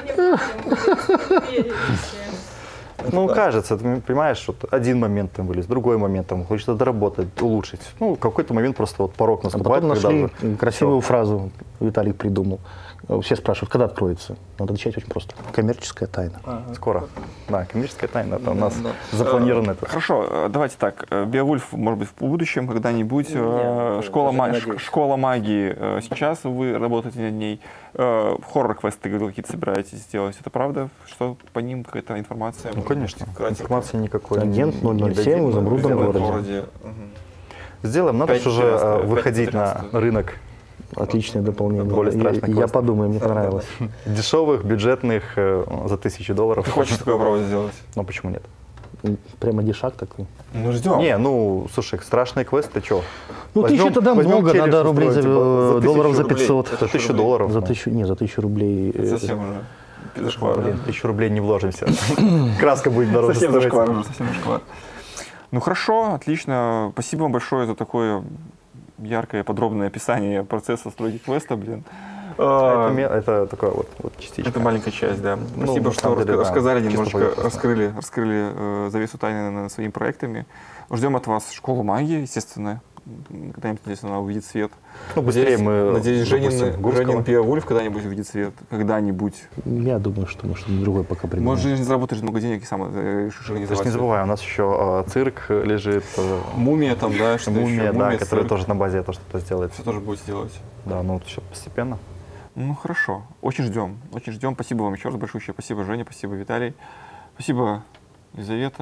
S4: Ну, кажется, ты понимаешь, вот один момент там вылез, другой момент там хочется доработать, улучшить. Ну, в какой-то момент просто вот порог наступает.
S3: А потом нашли
S4: когда
S3: красивую
S4: все.
S3: фразу, Виталий придумал. Все спрашивают, когда откроется? Надо отвечать очень просто. Коммерческая тайна.
S4: Ага. Скоро. Да, коммерческая тайна. Это у нас
S1: да.
S4: запланировано. Это.
S1: Хорошо, давайте так. Беовульф, может быть, в будущем когда-нибудь. Нет, школа, ма- школа магии. Сейчас вы работаете над ней. Хоррор-квесты какие-то собираетесь сделать. Это правда, что по ним какая-то информация?
S4: Ну, конечно.
S1: Быть,
S4: информации никакой.
S3: Агент ноль ноль семь в изумрудном городе. городе.
S1: Угу.
S4: Сделаем. Надо же уже выходить на рынок.
S3: Отличное дополнение.
S4: Более страшный
S3: я, я подумаю, мне понравилось.
S4: Дешевых, бюджетных, за тысячу долларов.
S1: Ты хочешь такое право сделать?
S4: Ну, почему нет?
S3: Прямо дешак такой.
S1: Ну, ждем.
S4: Не, ну, слушай, страшный квест, ты что?
S3: Ну, тысяча тогда много, надо рублей за, типа, долларов за пятьсот.
S4: Это тысячу долларов.
S3: За тысячу, не, за тысячу рублей.
S1: Совсем уже. Зашквар.
S4: Тысячу рублей не вложимся. Краска будет дороже.
S1: Совсем зашквар уже, совсем зашквар. Ну, хорошо, отлично. Спасибо вам большое за такое яркое, подробное описание процесса стройки квеста, блин.
S4: Это, это такое вот, вот частичка.
S1: Это маленькая часть, да.
S4: Ну,
S1: спасибо, что
S4: деле,
S1: рассказали
S4: да,
S1: немножко, раскрыли, раскрыли э, завесу тайны над своими проектами. Ждем от вас школу магии, естественно. Когда-нибудь, надеюсь, она увидит свет.
S4: Ну, быстрее
S1: надеюсь,
S4: мы...
S1: Надеюсь, Женин, Женин Беовульф когда-нибудь увидит свет. Когда-нибудь.
S3: Я думаю, что мы что-то другое пока придумаем.
S1: Может, Женин заработаешь много денег и сам решишь организовать.
S4: Не забывай, у нас еще э, цирк лежит. Э,
S1: Мумия там, да? Что
S4: мумия,
S1: еще?
S4: да,
S1: Мумия,
S4: которая
S1: цирк.
S4: тоже на базе то что-то сделает.
S1: Все тоже будете делать.
S4: Да, ну еще постепенно.
S1: Ну, хорошо. Очень ждем. Очень ждем. Спасибо вам еще раз большое. Спасибо, Женя. Спасибо, Виталий. Спасибо, Елизавета.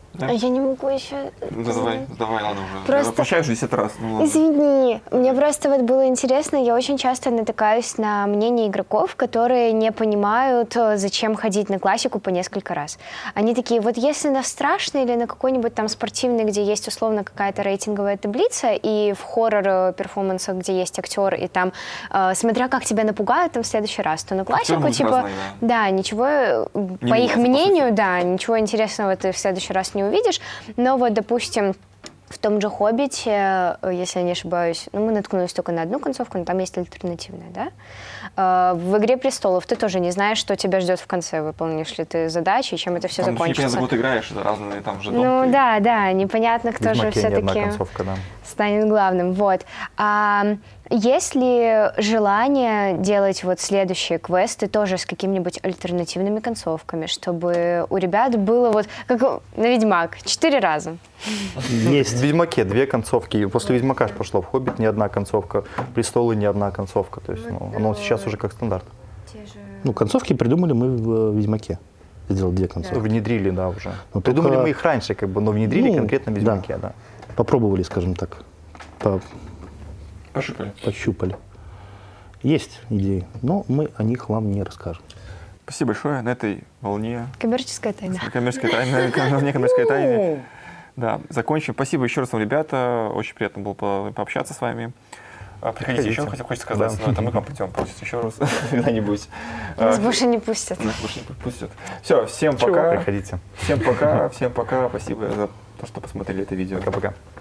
S1: Да?
S2: А я не могу еще...
S1: Ну, давай, давай, ладно уже.
S2: Просто-
S1: Я прощаю уже десять раз. Ну, ладно.
S2: Извини, мне просто вот было интересно, я очень часто натыкаюсь на мнение игроков, которые не понимают, э, зачем ходить на классику по несколько раз. Они такие, вот если на страшный или на какой-нибудь там спортивный, где есть условно какая-то рейтинговая таблица, и в хоррор-перформансах, где есть актер, и там, э, смотря как тебя напугают, там в следующий раз, то на классику,
S1: будут
S2: типа,
S1: разные,
S2: да, ничего, э, по их
S1: меняется, по
S2: мнению, да, ничего интересного ты в следующий раз не увидишь. Но вот, допустим, в том же «Хоббите», э, если я не ошибаюсь, ну, мы наткнулись только на одну концовку, но там есть альтернативная, да? Э, В «Игре престолов» ты тоже не знаешь, что тебя ждет в конце, выполнишь ли ты задачи, и чем это все
S1: Там еще
S2: закончится.
S1: непонятно, год играешь, это разные там же
S2: Ну да, да, непонятно, кто же
S4: Ведьмаке не одна
S2: все-таки
S4: концовка, да.
S2: станет главным. Вот. А есть ли желание делать вот следующие квесты тоже с какими-нибудь альтернативными концовками, чтобы у ребят было вот, как на «Ведьмак», четыре раза?
S3: Есть.
S4: В «Ведьмаке» две концовки. После «Ведьмака» ж пошло. В «Хоббит» не одна концовка. «Престолы» не одна концовка. То есть, ну, оно сейчас уже как стандарт.
S3: Ну, концовки придумали мы в «Ведьмаке». Сделал две концовки.
S4: Внедрили, да, уже.
S3: Но
S4: Придумали
S3: только-
S4: мы их раньше, как бы, но внедрили
S3: Ну,
S4: конкретно в
S3: да.
S4: «Ведьмаке», да.
S3: Попробовали, скажем так, по-
S1: Пошикали.
S3: пощупали. Есть идеи, но мы о них вам не расскажем.
S1: Спасибо большое на этой волне.
S2: Коммерческая тайна.
S1: Коммерческой тайны, на волне коммерческой тайны. Да, закончим. Спасибо еще раз вам, ребята. Очень приятно было по- пообщаться с вами. А, Приходите
S4: Приходите.
S1: еще, хотя хочется сказать,
S4: Да.
S1: но это мы к вам придем просить еще раз когда-нибудь.
S2: Нас
S1: А,
S2: больше не пустят.
S1: Нас больше не пустят. Все, всем
S4: Чего?
S1: пока.
S4: Приходите.
S1: Всем пока, всем пока. Спасибо за то, что посмотрели это видео.
S4: Пока-пока.